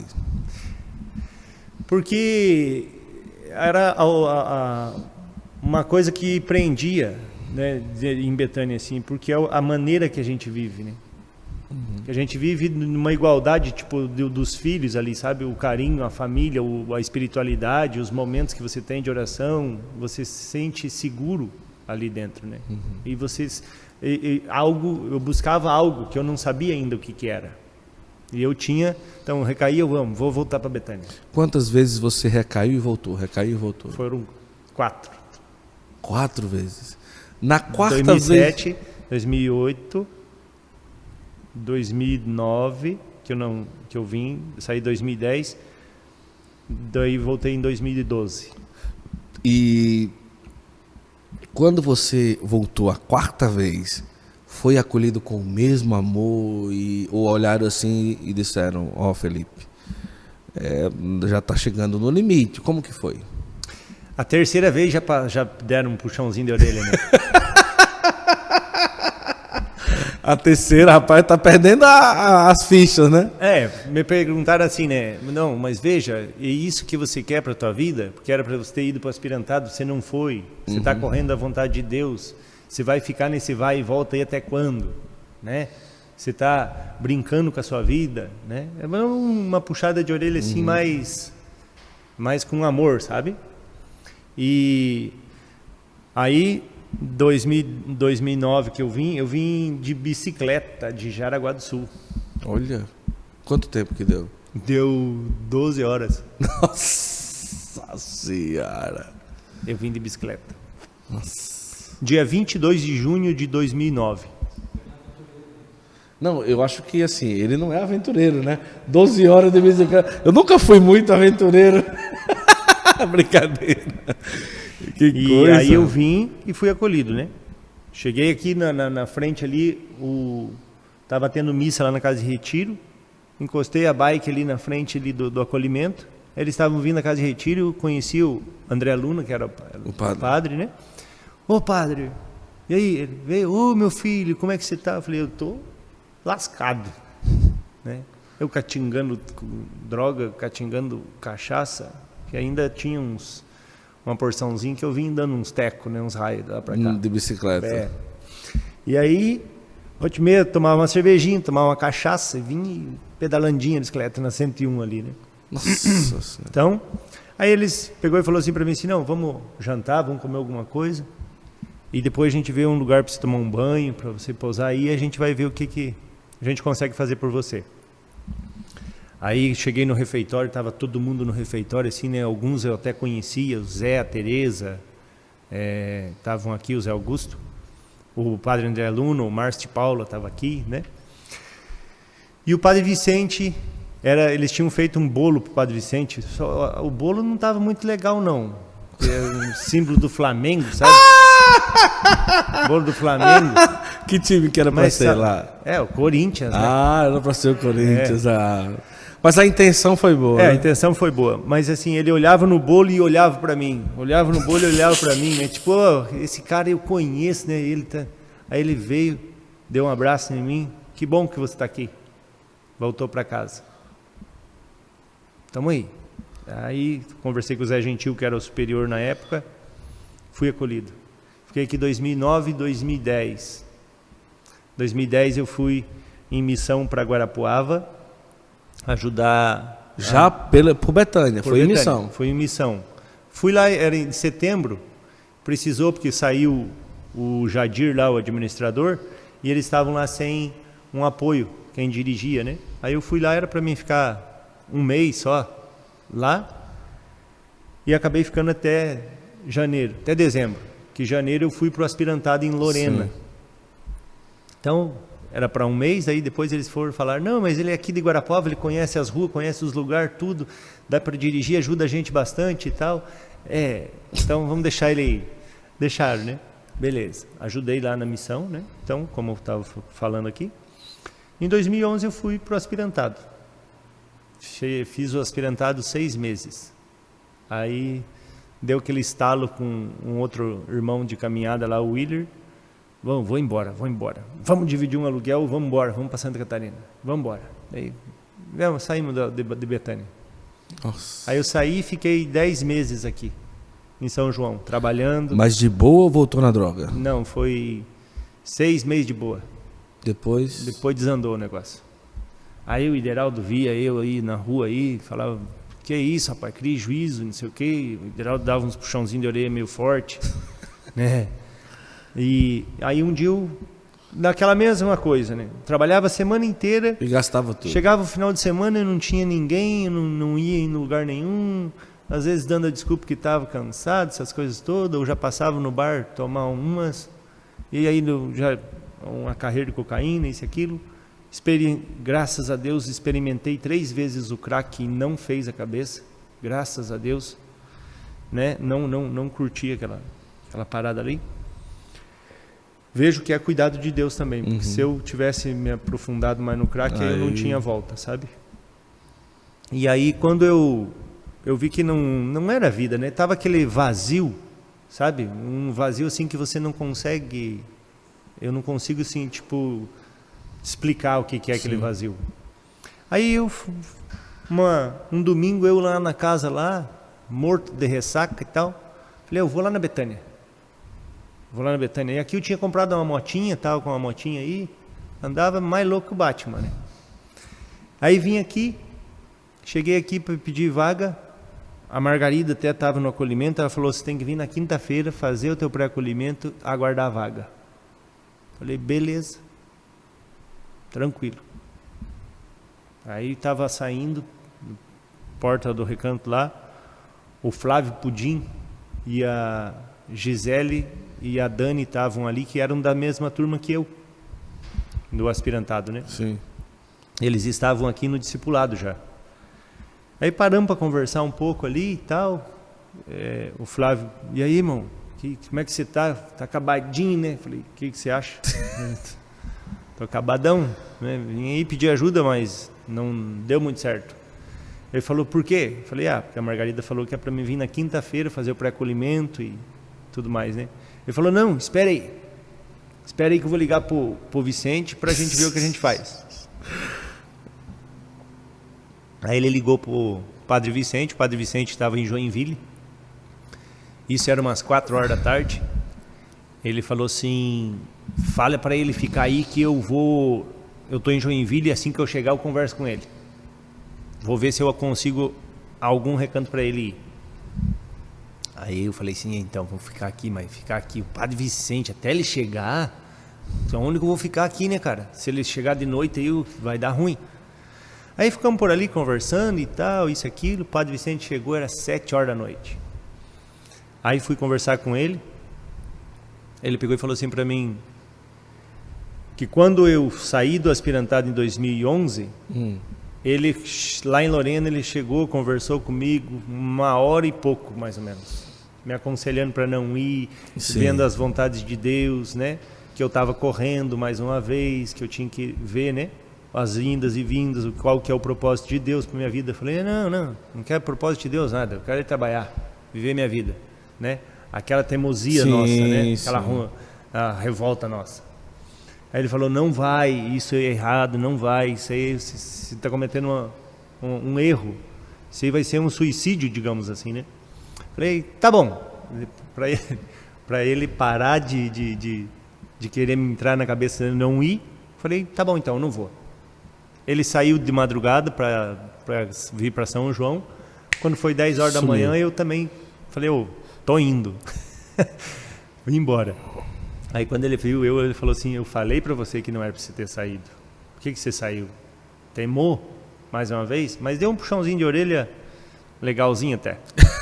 Porque era uma coisa que prendia, né, em Betânia, assim, porque é a maneira que a gente vive, né? Que a gente vive numa igualdade, tipo, dos filhos ali, sabe? O carinho, a família, a espiritualidade, os momentos que você tem de oração, você se sente seguro ali dentro, né? E você eu buscava algo que eu não sabia ainda o que era. E eu tinha, então recaí, vou voltar para Betânia. Quantas vezes você recaiu e voltou? Recaiu e voltou? Foram 4. 4 vezes. Na quarta 2007, vez... 2008, 2009, que eu vim, saí em 2010, daí voltei em 2012. E quando você voltou a 4ª vez, foi acolhido com o mesmo amor ou olharam assim e disseram, Felipe, já está chegando no limite, como que foi? A 3ª vez já deram um puxãozinho de orelha, né? A 3ª, rapaz, tá perdendo as fichas, né? Me perguntaram assim, né? Não, mas veja, é isso que você quer para tua vida? Porque era para você ter ido para o aspirantado, você não foi. Você está correndo à vontade de Deus. Você vai ficar nesse vai e volta aí até quando? Né? Você está brincando com a sua vida, né? É uma puxada de orelha assim, mais com amor, sabe? E aí... 2009 que eu vim de bicicleta de Jaraguá do Sul. Olha, quanto tempo que deu? Deu 12 horas. Nossa Senhora. Eu vim de bicicleta. Nossa. Dia 22 de junho de 2009. Não, eu acho que assim, ele não é aventureiro, né? 12 horas de bicicleta. Eu nunca fui muito aventureiro. Brincadeira. Que coisa. Aí eu vim e fui acolhido, né? Cheguei aqui na frente ali, tava tendo missa lá na casa de retiro, encostei a bike ali na frente ali do acolhimento, eles estavam vindo na casa de retiro, eu conheci o André Luna, que era o padre, né? Ô padre, e aí? Ele veio, meu filho, como é que você tá? Eu falei, eu tô lascado, né? Eu catingando droga, catingando cachaça, que ainda tinha uma porçãozinha que eu vim dando uns tecos, né, uns raios lá pra cá. De bicicleta. E aí, 8h30, tomava uma cervejinha, tomava uma cachaça e vim pedalandinha a bicicleta na 101 ali, né? Nossa. Então, aí eles pegou e falou assim pra mim assim, não, vamos jantar, vamos comer alguma coisa e depois a gente vê um lugar pra você tomar um banho, pra você pousar aí e a gente vai ver o que a gente consegue fazer por você. Aí cheguei no refeitório, estava todo mundo no refeitório, assim, né? Alguns eu até conhecia, o Zé, a Tereza, estavam aqui, o Zé Augusto, o padre André Luna, o Márcio de Paula estava aqui, né? E o padre Vicente, eles tinham feito um bolo para o padre Vicente, o bolo não estava muito legal não, é um símbolo do Flamengo, sabe? Bolo do Flamengo. Que time que era para ser lá? O Corinthians, né? Era para ser o Corinthians, Mas a intenção foi boa. A intenção foi boa. Mas assim, ele olhava no bolo e olhava para mim. Olhava no bolo e olhava para mim, né? Tipo, esse cara eu conheço, né? Aí ele veio, deu um abraço em mim. Que bom que você está aqui. Voltou para casa. Tamo aí. Aí conversei com o Zé Gentil, que era o superior na época. Fui acolhido. Fiquei aqui 2009 e 2010. 2010 eu fui em missão para Guarapuava. Ajudar... por Betânia, foi em missão. Foi em missão. Fui lá, era em setembro, precisou, porque saiu o Jadir lá, o administrador, e eles estavam lá sem um apoio, quem dirigia, né? Aí eu fui lá, era para mim ficar um mês só lá, e acabei ficando até janeiro, até dezembro, que janeiro eu fui para o aspirantado em Lorena. Sim. Então... Era para um mês, aí depois eles foram falar, não, mas ele é aqui de Guarapuava, ele conhece as ruas, conhece os lugares, tudo, dá para dirigir, ajuda a gente bastante e tal. Então vamos deixar ele aí. Deixaram, né? Beleza. Ajudei lá na missão, né? Então, como eu estava falando aqui. Em 2011 eu fui para o aspirantado. Fiz o aspirantado 6 meses. Aí deu aquele estalo com um outro irmão de caminhada lá, o Willer. Vou embora. Vamos dividir um aluguel, vamos embora, vamos para Santa Catarina. Vamos embora. Aí, saímos de Betânia. Nossa. Aí eu saí e fiquei 10 meses aqui, em São João, trabalhando. Mas de boa ou voltou na droga? Não, foi 6 meses de boa. Depois desandou o negócio. Aí o Ideraldo via eu aí na rua aí, falava, que é isso, rapaz, cria juízo, não sei o quê. O Ideraldo dava uns puxãozinhos de orelha meio forte, né? E aí um dia eu daquela mesma coisa, né? Trabalhava a semana inteira. E gastava tudo. Chegava o final de semana e não tinha ninguém, não ia em lugar nenhum. Às vezes dando a desculpa que estava cansado, essas coisas todas. Ou já passava no bar tomar umas. E aí já uma carreira de cocaína, isso e aquilo. Graças a Deus experimentei 3 vezes o crack e não fez a cabeça. Graças a Deus. Né? Não curti aquela parada ali. Vejo que é cuidado de Deus também, porque se eu tivesse me aprofundado mais no crack, aí eu não tinha volta, sabe? E aí quando eu vi que não era vida, né? Tava aquele vazio, sabe? Um vazio assim que você não consegue, eu não consigo assim, tipo, explicar o que é aquele vazio. Aí um domingo eu lá na casa lá, morto de ressaca e tal, falei, eu vou lá na Betânia. E aqui eu tinha comprado uma motinha, tava com uma motinha aí, andava mais louco que o Batman, né? Aí vim aqui, cheguei aqui para pedir vaga, a Margarida até estava no acolhimento, ela falou, você tem que vir na quinta-feira fazer o teu pré-acolhimento, aguardar a vaga. Falei, beleza, tranquilo. Aí estava saindo, porta do recanto lá, o Flávio Pudim e a Gisele e a Dani estavam ali, que eram da mesma turma que eu, do aspirantado, né? Sim. Eles estavam aqui no discipulado já. Aí paramos para conversar um pouco ali e tal. O Flávio, e aí, irmão? Como é que você tá? Tá acabadinho, né? Falei, o que você acha? Tô acabadão, né? Vim aí pedir ajuda, mas não deu muito certo. Ele falou, por quê? Eu falei, porque a Margarida falou que é para mim vir na quinta-feira fazer o pré-acolhimento e tudo mais, né? Ele falou, não, espera aí que eu vou ligar pro Vicente pra gente ver o que a gente faz. Aí ele ligou pro Padre Vicente, o Padre Vicente estava em Joinville, isso era umas 4 horas da tarde, ele falou assim, fala para ele ficar aí que eu tô em Joinville e assim que eu chegar eu converso com ele. Vou ver se eu consigo algum recanto para ele ir. Aí eu falei assim, então, vou ficar aqui, mas ficar aqui, o Padre Vicente, até ele chegar, então onde que eu vou ficar aqui, né, cara? Se ele chegar de noite aí, vai dar ruim. Aí ficamos por ali conversando e tal, isso, aquilo, o Padre Vicente chegou, era 7 horas da noite. Aí fui conversar com ele, ele pegou e falou assim para mim, que quando eu saí do aspirantado em 2011, ele, lá em Lorena, ele chegou, conversou comigo 1h e pouco, mais ou menos, me aconselhando para não ir, vendo as vontades de Deus, né? Que eu estava correndo mais uma vez, que eu tinha que ver, né? As indas e vindas, qual que é o propósito de Deus para minha vida. Eu falei, não quero propósito de Deus nada, eu quero ir trabalhar, viver minha vida, né? Aquela teimosia nossa, né? Aquela a revolta nossa. Aí ele falou, não vai, isso é errado, não vai, isso aí você está cometendo um erro, isso aí vai ser um suicídio, digamos assim, né? Falei, tá bom, para ele parar de querer me entrar na cabeça de não ir, falei, tá bom então, não vou. Ele saiu de madrugada para vir para São João, quando foi 10 horas da manhã, eu também falei, tô indo, vou embora. Aí quando ele viu ele falou assim, eu falei para você que não era para você ter saído. Por que você saiu? Teimou mais uma vez? Mas deu um puxãozinho de orelha legalzinho até.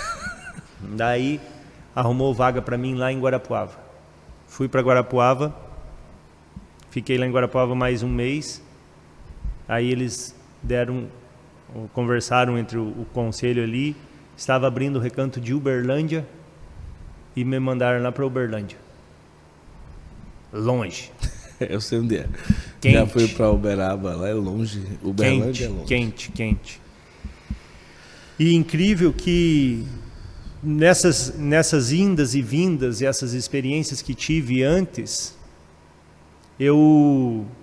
Daí arrumou vaga para mim lá em Guarapuava. Fui para Guarapuava, fiquei lá em Guarapuava mais um mês. Aí eles conversaram entre o conselho ali, estava abrindo o recanto de Uberlândia e me mandaram lá para Uberlândia. Longe. Eu sei onde é. Quente. Já fui para Uberaba, lá é longe. Uberlândia é longe. Quente. E incrível que nessas indas e vindas e essas experiências que tive antes, eu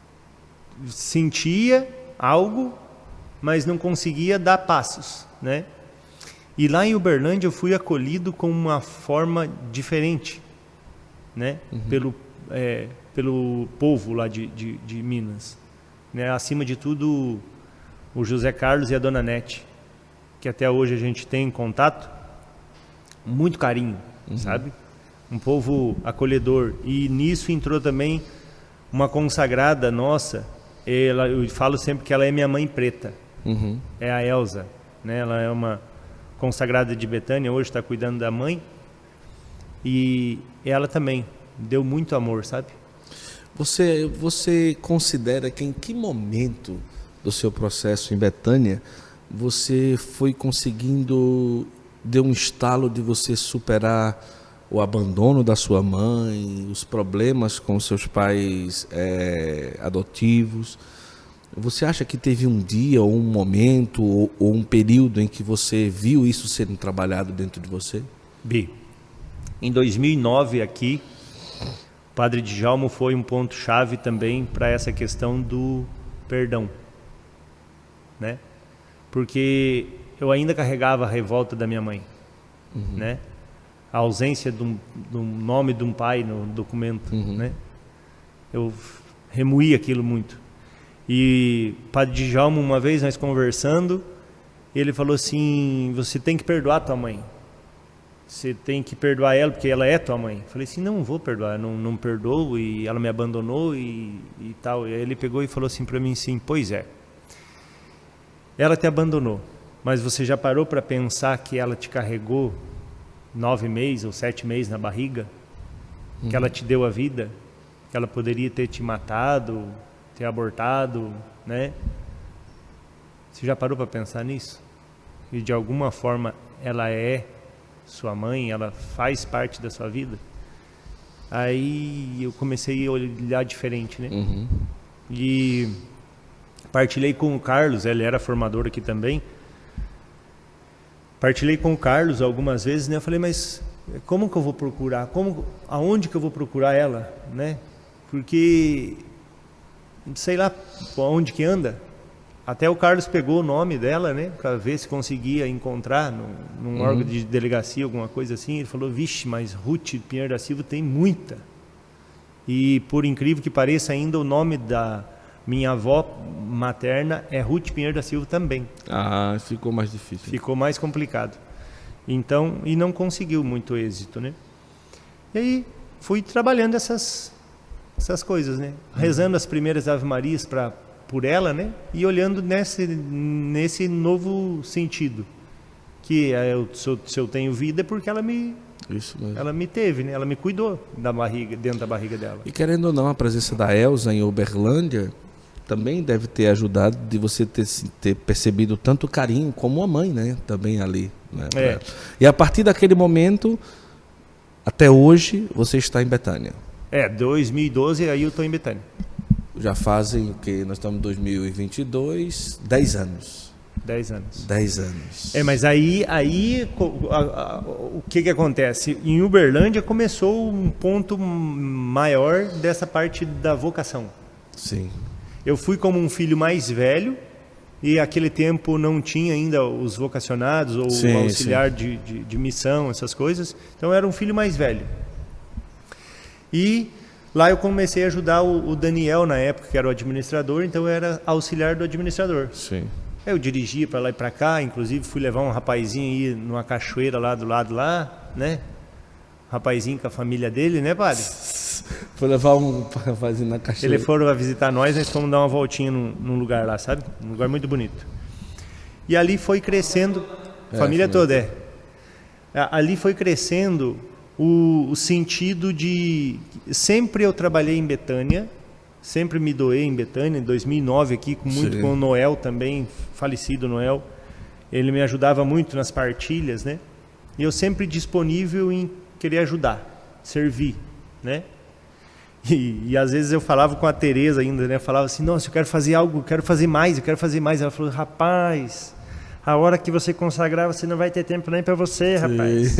sentia algo, mas não conseguia dar passos, né? E lá em Uberlândia eu fui acolhido com uma forma diferente, né? Pelo povo lá de Minas, né? Acima de tudo o José Carlos e a Dona Nete, que até hoje a gente tem contato, muito carinho, sabe? Um povo acolhedor. E nisso entrou também uma consagrada nossa, eu falo sempre que ela é minha mãe preta, é a Elza, né? Ela é uma consagrada de Betânia, hoje está cuidando da mãe, e ela também deu muito amor, sabe? Você considera que em que momento do seu processo em Betânia você foi conseguindo, deu um estalo de você superar o abandono da sua mãe, os problemas com seus pais adotivos? Você acha que teve um dia, ou um momento, ou um período em que você viu isso sendo trabalhado dentro de você? Bi, em 2009 aqui, o Padre Djalma foi um ponto-chave também para essa questão do perdão, né? Porque eu ainda carregava a revolta da minha mãe, né? A ausência do nome de um pai no documento, né? Eu remoí aquilo muito. E o Padre Djalma, uma vez nós conversando, ele falou assim: você tem que perdoar tua mãe. Você tem que perdoar ela porque ela é tua mãe. Eu falei assim: não vou perdoar, não perdoo, e ela me abandonou e tal. E aí ele pegou e falou assim para mim assim: pois é, ela te abandonou, mas você já parou para pensar que ela te carregou 9 meses ou 7 meses na barriga? Que ela te deu a vida? Que ela poderia ter te matado, ter abortado, né? Você já parou para pensar nisso? E de alguma forma ela é sua mãe, ela faz parte da sua vida? Aí eu comecei a olhar diferente, né? E partilhei com o Carlos, ele era formador aqui também. Partilhei com o Carlos algumas vezes, né? Eu falei: mas como que eu vou procurar? Aonde que eu vou procurar ela, né? Porque sei lá onde que anda. Até o Carlos pegou o nome dela, né, para ver se conseguia encontrar num órgão de delegacia, alguma coisa assim. Ele falou: vixe, mas Ruth Pinheiro da Silva tem muita. E por incrível que pareça, ainda o nome da minha avó materna é Ruth Pinheiro da Silva também. Ah, ficou mais difícil. Ficou mais complicado. Então, e não conseguiu muito êxito, né? E aí fui trabalhando essas coisas, né? Rezando as primeiras Ave Marias por ela, né? E olhando nesse novo sentido, que se eu tenho vida é porque ela me teve, né? Ela me cuidou dentro da barriga dela. E querendo ou não, a presença da Elza em Uberlândia também deve ter ajudado de você ter percebido tanto carinho como a mãe, né? Também ali, né? E a partir daquele momento até hoje você está em Betânia. 2012 aí eu estou em Betânia. Já fazem o que? Nós estamos em 2022, 10 anos. 10 anos. 10 anos. Mas aí o que acontece? Em Uberlândia começou um ponto maior dessa parte da vocação. Sim. Eu fui como um filho mais velho, e aquele tempo não tinha ainda os vocacionados ou o auxiliar de missão, essas coisas. Então eu era um filho mais velho. E lá eu comecei a ajudar o Daniel na época, que era o administrador, então eu era auxiliar do administrador. Sim. Eu dirigia para lá e para cá, inclusive fui levar um rapazinho aí numa cachoeira lá do lado lá, né? Rapazinho com a família dele, né, padre? Foi levar um rapazinho na cachoeira. Eles foram visitar nós fomos dar uma voltinha num lugar lá, sabe? Um lugar muito bonito. E ali foi crescendo, família toda, ali foi crescendo o sentido de... Sempre eu trabalhei em Betânia, sempre me doei em Betânia, em 2009 aqui, muito com o Noel também, falecido Noel. Ele me ajudava muito nas partilhas, né? E eu sempre disponível em querer ajudar, servir, né? E às vezes eu falava com a Tereza ainda, né? Falava assim: nossa, eu quero fazer algo, eu quero fazer mais. Ela falou: rapaz, a hora que você consagrar, você não vai ter tempo nem para você, rapaz.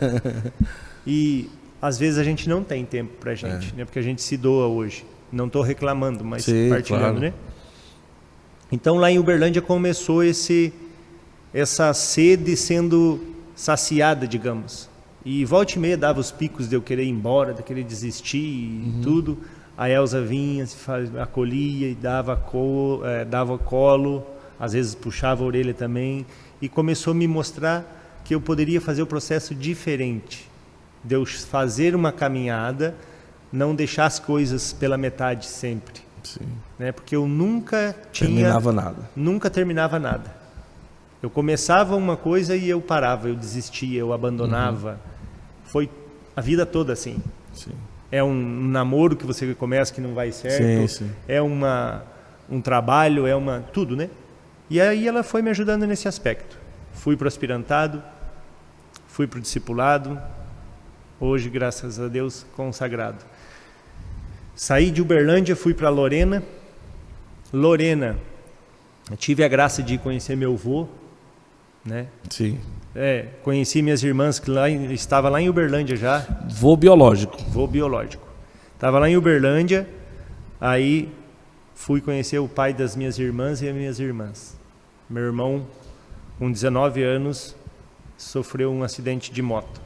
E às vezes a gente não tem tempo pra gente, né? Porque a gente se doa hoje. Não estou reclamando, mas partilhando, né? Então lá em Uberlândia começou essa sede sendo saciada, digamos. E volta e meia dava os picos de eu querer ir embora, de querer desistir e tudo. A Elza vinha, acolhia e dava colo, às vezes puxava a orelha também. E começou a me mostrar que eu poderia fazer o processo diferente. De eu fazer uma caminhada não deixar as coisas pela metade sempre. Sim. Né? Porque eu nunca terminava nada. Eu começava uma coisa e eu parava, eu desistia, eu abandonava. Foi a vida toda assim. Sim. É um namoro que você começa que não vai certo, sim. é um trabalho, tudo, né? E aí ela foi me ajudando nesse aspecto. Fui para o aspirantado, fui para o discipulado, hoje, graças a Deus, consagrado. Saí de Uberlândia, fui para Lorena. Lorena, eu tive a graça de conhecer meu avô, né? Sim. Conheci minhas irmãs que estava lá em Uberlândia já. Vô biológico. Estava lá em Uberlândia, aí fui conhecer o pai das minhas irmãs e as minhas irmãs. Meu irmão, com 19 anos, sofreu um acidente de moto.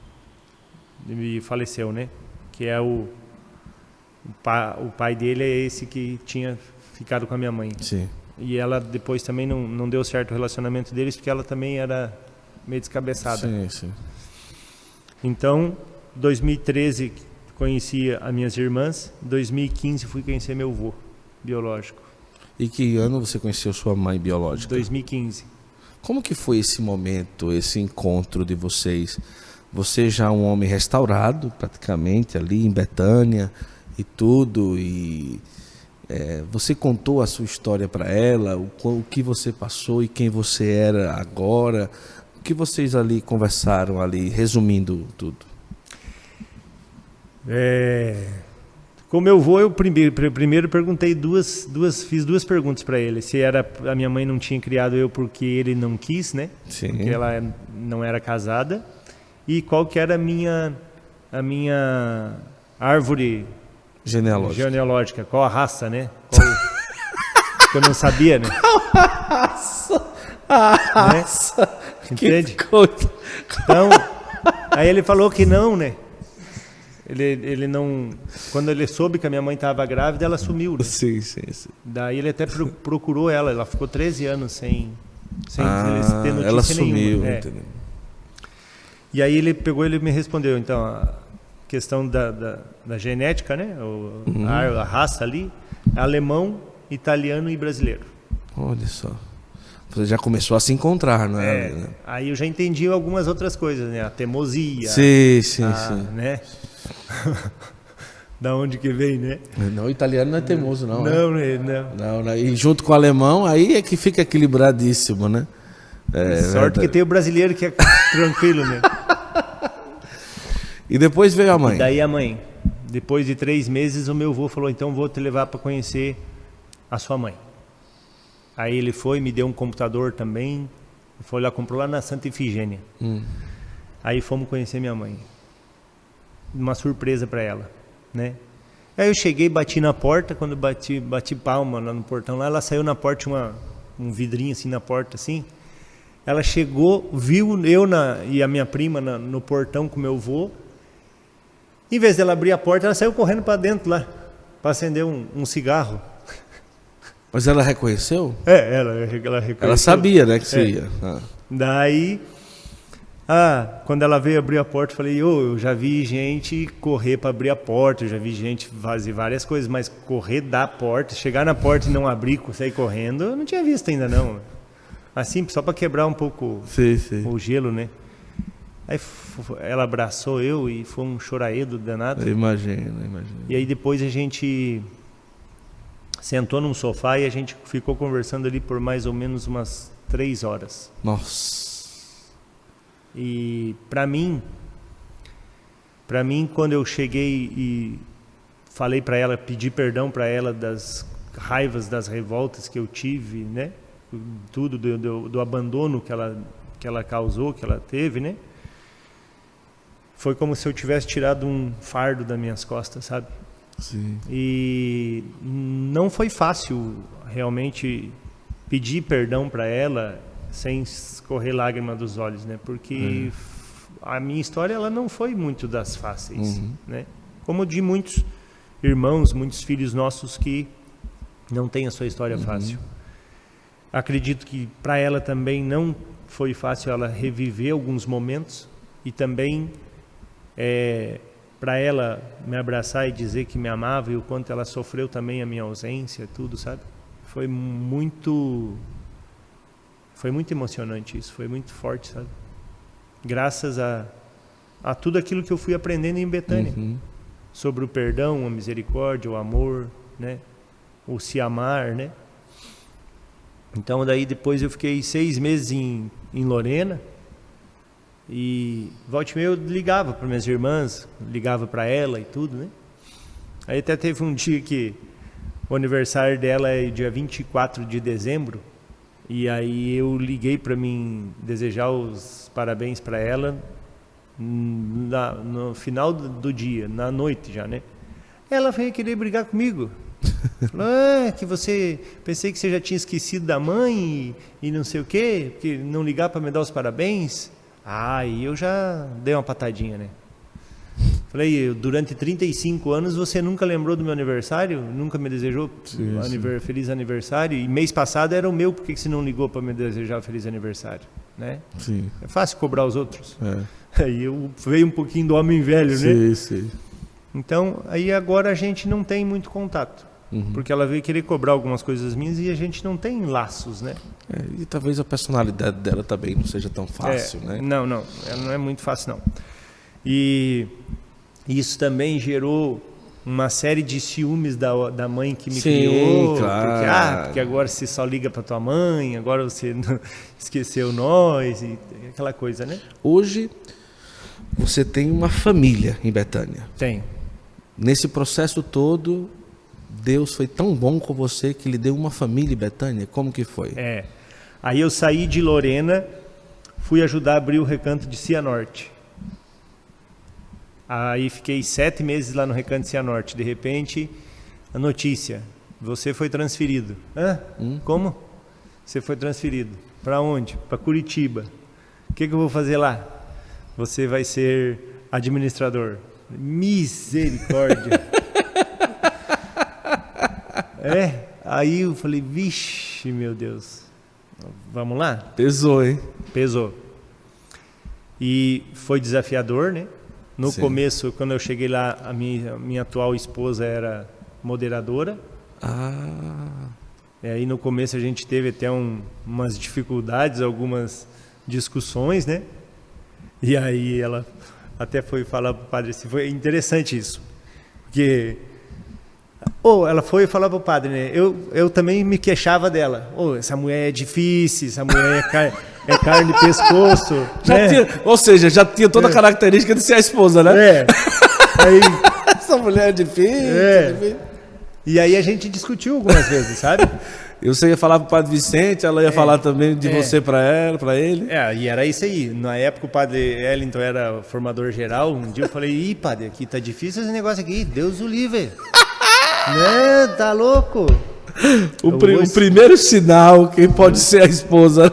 E faleceu, né? Que é o pai dele é esse que tinha ficado com a minha mãe. Sim. E ela depois também não deu certo o relacionamento deles, porque ela também era meio descabeçada. Sim. Então, 2013 conheci as minhas irmãs, 2015 fui conhecer meu avô biológico. E que ano você conheceu sua mãe biológica? 2015. Como que foi esse momento, esse encontro de vocês? Você já um homem restaurado, praticamente, ali em Betânia e tudo, e você contou a sua história para ela, o que você passou e quem você era agora, o que vocês ali conversaram, ali, resumindo tudo? Com meu avô, eu primeiro perguntei fiz duas perguntas para ele. Se a minha mãe não tinha criado eu porque ele não quis, né? Sim. Porque ela não era casada. E qual que era a minha árvore genealógica, qual a raça, né? Que eu não sabia, né? A raça. Né? Entende? Que coisa. Então, aí ele falou que não, né? Ele não... Quando ele soube que a minha mãe estava grávida, ela sumiu, né? Sim. Daí ele até procurou ela ficou 13 anos sem ter notícia ela sumiu, nenhuma. entendeu? E aí ele me respondeu, então, a questão da genética, né? A raça ali, alemão, italiano e brasileiro. Olha só. Você já começou a se encontrar, não é? Aí eu já entendi algumas outras coisas, né? A teimosia. Sim. Né? Da onde que vem, né? Não, o italiano não é teimoso, não. Não. E junto com o alemão, aí é que fica equilibradíssimo, né? Sorte que tem o brasileiro que é tranquilo, né? E depois veio a mãe. E daí a mãe. Depois de 3 meses, o meu avô falou, então vou te levar para conhecer a sua mãe. Aí ele foi, me deu um computador também. Foi lá, comprou lá na Santa Ifigênia. Aí fomos conhecer minha mãe. Uma surpresa para ela, né? Aí eu cheguei, bati na porta. Quando bati palma lá no portão, lá ela saiu na porta, tinha um vidrinho assim na porta, assim. Ela chegou, viu eu e a minha prima no portão com meu avô. Em vez dela abrir a porta, ela saiu correndo para dentro lá, para acender um cigarro. Mas ela reconheceu? Ela reconheceu. Ela sabia, né, que você ia. Daí, quando ela veio abrir a porta, eu falei, eu já vi gente correr para abrir a porta, eu já vi gente fazer várias coisas, mas correr da porta, chegar na porta e não abrir, sair correndo, eu não tinha visto ainda não. Assim, só para quebrar um pouco o gelo, né? Aí ela abraçou eu e foi um choraedo danado. Eu imagino. E aí depois a gente sentou num sofá e a gente ficou conversando ali por mais ou menos umas 3 horas. Nossa. E para mim, quando eu cheguei e falei para ela, pedi perdão para ela das raivas, das revoltas que eu tive, né? Tudo do abandono que ela causou, que ela teve, né? Foi como se eu tivesse tirado um fardo das minhas costas, sabe? Sim. E não foi fácil realmente pedir perdão para ela sem escorrer lágrima dos olhos, né? Porque a minha história ela não foi muito das fáceis, né? Como de muitos irmãos, muitos filhos nossos que não têm a sua história fácil. Acredito que para ela também não foi fácil ela reviver alguns momentos e também para ela me abraçar e dizer que me amava e o quanto ela sofreu também a minha ausência, tudo, sabe? Foi muito emocionante isso, foi muito forte, sabe? Graças a tudo aquilo que eu fui aprendendo em Betânia. Sobre o perdão, a misericórdia, o amor, né? O se amar, né? Então daí depois eu fiquei 6 meses em Lorena e volta e meia eu ligava para minhas irmãs, ligava para ela e tudo, né? Aí até teve um dia que o aniversário dela é dia 24 de dezembro e aí eu liguei para mim desejar os parabéns para ela no final do dia, na noite já, né? Ela veio querer brigar comigo. Falou, que pensei que você já tinha esquecido da mãe e não sei o quê, que não ligar para me dar os parabéns. E eu já dei uma patadinha, né? Falei, durante 35 anos você nunca lembrou do meu aniversário? Nunca me desejou feliz aniversário? E mês passado era o meu, por que você não ligou para me desejar feliz aniversário? Né? Sim. É fácil cobrar os outros. Aí eu veio um pouquinho do homem velho, né? Sim. Então, aí agora a gente não tem muito contato. Porque ela veio querer cobrar algumas coisas minhas e a gente não tem laços, né? E talvez a personalidade dela também não seja tão fácil, né? Não, ela não é muito fácil, não. E isso também gerou uma série de ciúmes da mãe que me criou. Claro. Porque agora você só liga para tua mãe, agora você esqueceu nós, e aquela coisa, né? Hoje, você tem uma família em Betânia. Tem. Nesse processo todo, Deus foi tão bom com você que lhe deu uma família em Betânia. Como que foi? Aí eu saí de Lorena, fui ajudar a abrir o Recanto de Cianorte. Aí fiquei 7 meses lá no Recanto de Cianorte. De repente, a notícia: você foi transferido. Como? Você foi transferido. Para onde? Para Curitiba. O que eu vou fazer lá? Você vai ser administrador. Misericórdia. Aí eu falei, vixe, meu Deus. Vamos lá? Pesou, hein? Pesou. E foi desafiador, né? No começo, quando eu cheguei lá, a minha atual esposa era moderadora. E aí no começo a gente teve até umas dificuldades, algumas discussões, né? E aí ela até foi falar para o padre, assim, foi interessante isso. Porque ela foi falar para o padre, né? Eu também me queixava dela. Essa mulher é difícil, essa mulher é carne de pescoço. Ou seja, já tinha toda a característica de ser a esposa, né? Aí, essa mulher é difícil. E aí a gente discutiu algumas vezes, sabe? Você ia falar para o padre Vicente, ela ia falar também de você para ele. E era isso aí. Na época o padre Ellington era formador geral. Um dia eu falei, padre, aqui tá difícil esse negócio aqui, Deus o livre. Né? Tá louco? O primeiro sinal que pode ser a esposa.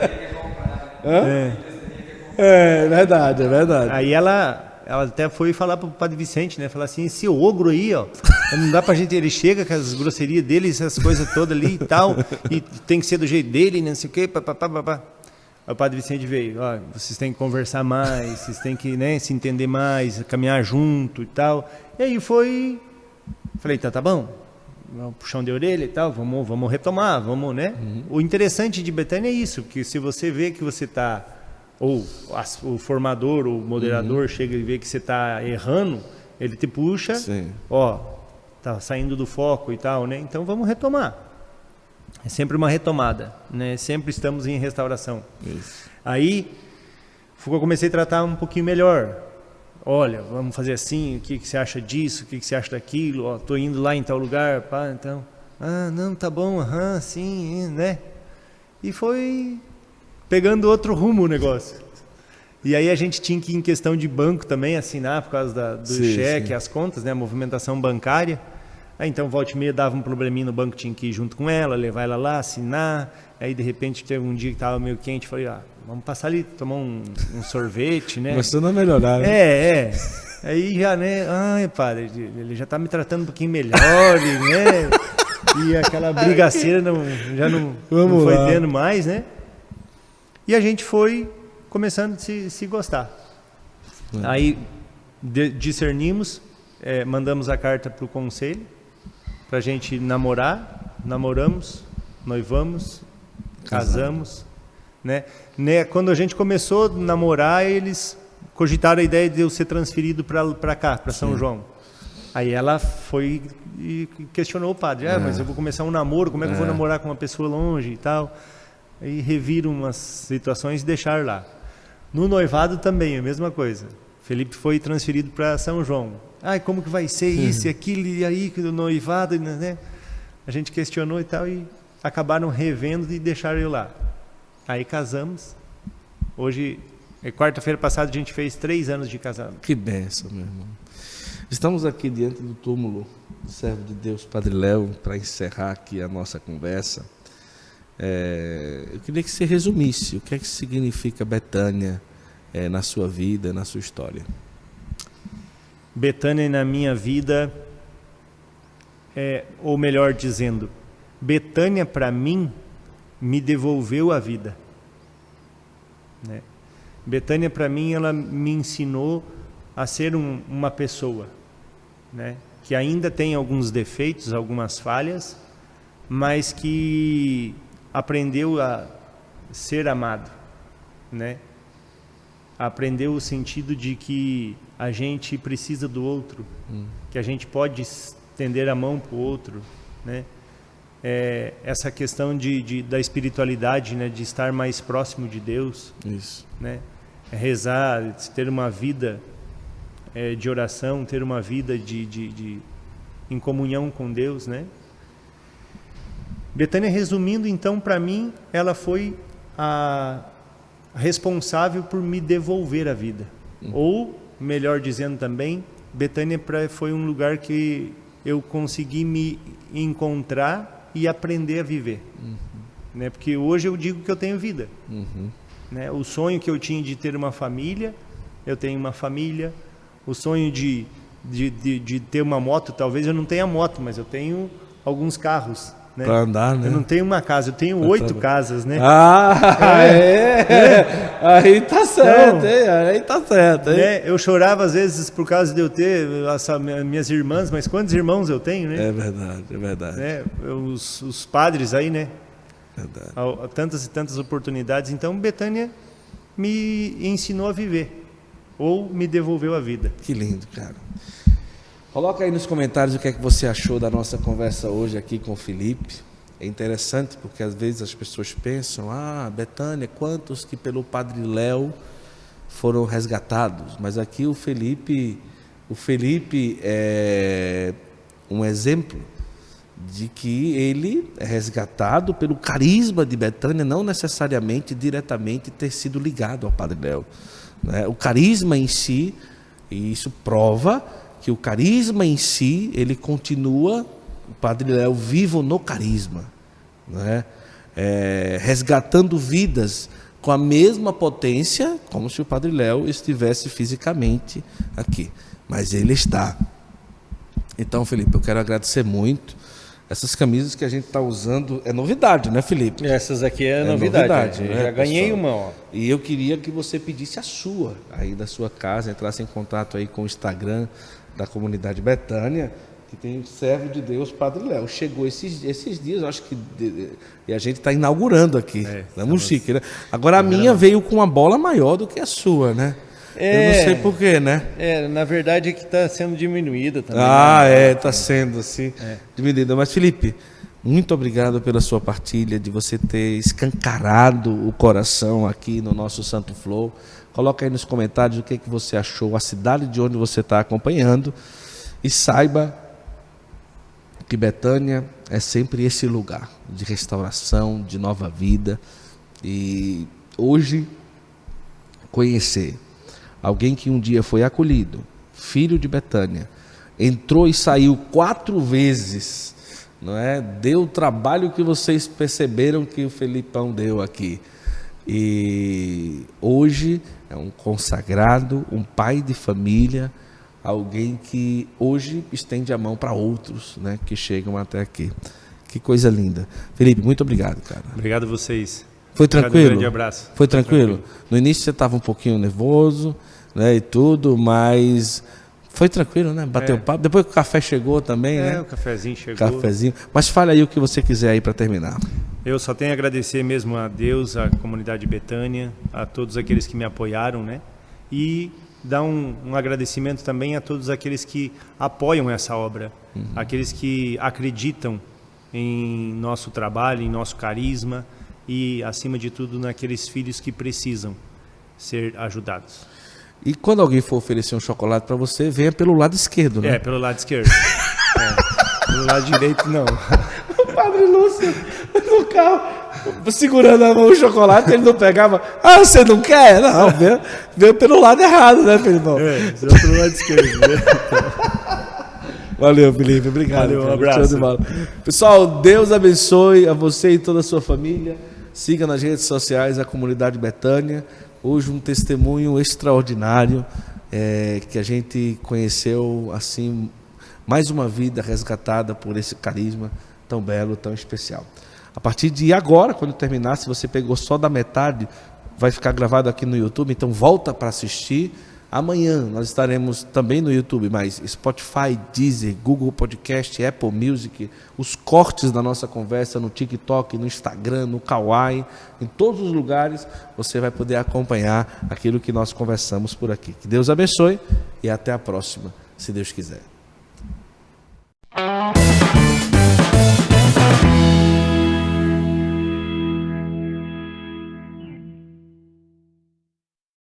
É verdade. Aí ela até foi falar pro padre Vicente, né? Falar assim, esse ogro aí, ó, não dá pra gente, ele chega com as grosserias dele, essas coisas todas ali e tal, e tem que ser do jeito dele, não sei o quê, papapá. Aí o padre Vicente veio, vocês têm que conversar mais, vocês têm que, né, se entender mais, caminhar junto e tal. E aí falei, tá bom, um puxão de orelha e tal, vamos retomar, vamos, né? O interessante de Betânia é isso, que se você vê que você tá, ou o formador, o moderador chega e vê que você tá errando, ele te puxa, tá saindo do foco e tal, né? Então vamos retomar. É sempre uma retomada, né? Sempre estamos em restauração. Isso. Aí eu comecei a tratar um pouquinho melhor. Olha, vamos fazer assim, o que você acha disso, o que você acha daquilo, tô indo lá em tal lugar, pá, então, não, tá bom, sim, né? E foi pegando outro rumo o negócio. E aí a gente tinha que ir em questão de banco também assinar por causa do cheque, as contas, né, a movimentação bancária. Aí então volta e meia dava um probleminha no banco, tinha que ir junto com ela, levar ela lá, assinar. Aí de repente teve um dia que estava meio quente, falei, vamos passar ali, tomar um sorvete, né? Começando a melhorar, né? Aí já, né? Padre, ele já tá me tratando um pouquinho melhor, né? E aquela brigaceira já não foi tendo mais, né? E a gente foi começando a se gostar. Aí discernimos, mandamos a carta para o conselho, para a gente namorar, namoramos, noivamos, casamos, né? Quando a gente começou a namorar, eles cogitaram a ideia de eu ser transferido para cá, para São João. Aí ela foi e questionou o padre, mas eu vou começar um namoro, como é que eu vou namorar com uma pessoa longe e tal? Aí reviram umas situações e deixaram lá. No noivado também, a mesma coisa. Felipe foi transferido para São João. Como que vai ser isso e aquilo, e aí, do noivado, né? A gente questionou e tal, e acabaram revendo e deixaram eu lá. Aí casamos. Hoje, quarta-feira passada, a gente fez 3 anos de casamento. Que bênção, meu irmão. Estamos aqui diante do túmulo do servo de Deus, Padre Léo, para encerrar aqui a nossa conversa. Eu queria que você resumisse o que é que significa Betânia na sua vida, na sua história. Betânia na minha vida, ou melhor dizendo, Betânia para mim me devolveu a vida, né? Betânia para mim, ela me ensinou a ser uma pessoa, né? Que ainda tem alguns defeitos, algumas falhas, mas que aprendeu a ser amado, né? Aprendeu o sentido de que a gente precisa do outro, que a gente pode estender a mão para o outro, né? Essa questão da espiritualidade, né? De estar mais próximo de Deus, isso, né? Rezar, ter uma vida de oração, ter uma vida em comunhão com Deus, né? Betânia, resumindo, então, para mim, ela foi a responsável por me devolver a vida. Ou, melhor dizendo também, Betânia foi um lugar que eu consegui me encontrar e aprender a viver. Né? Porque hoje eu digo que eu tenho vida. Né? O sonho que eu tinha de ter uma família, eu tenho uma família. O sonho de ter uma moto, talvez eu não tenha moto, mas eu tenho alguns carros, né? Para andar, né? Eu não tenho uma casa, eu tenho 8 casas, né? Aí tá certo, aí tá certo. Né? Eu chorava às vezes por causa de eu ter minhas irmãs, mas quantos irmãos eu tenho, né? É verdade. Né? Os padres aí, né? Verdade. Tantas e tantas oportunidades. Então, Betânia me ensinou a viver. Ou me devolveu a vida. Que lindo, cara. Coloca aí nos comentários o que é que você achou da nossa conversa hoje aqui com o Felipe. É interessante porque às vezes as pessoas pensam, Betânia, quantos que pelo Padre Léo foram resgatados? Mas aqui o Felipe é um exemplo de que ele é resgatado pelo carisma de Betânia, não necessariamente diretamente ter sido ligado ao Padre Léo. O carisma em si, e isso prova que o carisma em si, ele continua, o Padre Léo vivo no carisma, né? Resgatando vidas com a mesma potência, como se o Padre Léo estivesse fisicamente aqui, mas ele está. Então, Felipe, eu quero agradecer muito. Essas camisas que a gente está usando é novidade, né, Felipe? Essas aqui é novidade, né, já ganhei pessoal? uma, ó. E eu queria que você pedisse a sua, aí da sua casa, entrasse em contato aí com o Instagram da comunidade Betânia, que tem o servo de Deus, Padre Léo. Chegou esses dias, acho que... E a gente está inaugurando aqui. Estamos chique, né? Agora a minha veio com uma bola maior do que a sua, né? Eu não sei porquê, né? Na verdade é que está sendo diminuída também. Está sendo assim, diminuída. Mas, Felipe, muito obrigado pela sua partilha, de você ter escancarado o coração aqui no nosso Santo Flow. Coloca aí nos comentários o que você achou, a cidade de onde você está acompanhando. E saiba que Betânia é sempre esse lugar de restauração, de nova vida. E hoje, conhecer alguém que um dia foi acolhido, filho de Betânia, entrou e saiu 4 vezes, não é? Deu o trabalho que vocês perceberam que o Felipão deu aqui. E hoje é um consagrado, um pai de família, alguém que hoje estende a mão para outros, né, que chegam até aqui. Que coisa linda. Felipe, muito obrigado, cara. Obrigado a vocês. Foi tranquilo? Um grande abraço. Foi tranquilo? No início você estava um pouquinho nervoso, né, e tudo, mas foi tranquilo, né? Bateu papo. Depois que o café chegou também, né? O cafezinho chegou. Cafezinho. Mas fale aí o que você quiser aí para terminar. Eu só tenho a agradecer mesmo a Deus, a comunidade Betânia, a todos aqueles que me apoiaram, né? E dar um agradecimento também a todos aqueles que apoiam essa obra, aqueles que acreditam em nosso trabalho, em nosso carisma e, acima de tudo, naqueles filhos que precisam ser ajudados. E quando alguém for oferecer um chocolate para você, venha pelo lado esquerdo, né? Pelo lado esquerdo. Pelo lado direito, não. O Padre Lúcio, no carro, segurando a mão o chocolate, ele não pegava. Ah, você não quer? Não, veio pelo lado errado, né, Felipão? Veio pelo lado esquerdo. Valeu, Felipe. Obrigado. Valeu, um abraço. Pessoal, Deus abençoe a você e toda a sua família. Siga nas redes sociais a comunidade Betânia. Hoje um testemunho extraordinário que a gente conheceu, assim, mais uma vida resgatada por esse carisma tão belo, tão especial. A partir de agora, quando terminar, se você pegou só da metade, vai ficar gravado aqui no YouTube, então volta para assistir. Amanhã nós estaremos também no YouTube, mas Spotify, Deezer, Google Podcast, Apple Music, os cortes da nossa conversa no TikTok, no Instagram, no Kawaii, em todos os lugares você vai poder acompanhar aquilo que nós conversamos por aqui. Que Deus abençoe e até a próxima, se Deus quiser.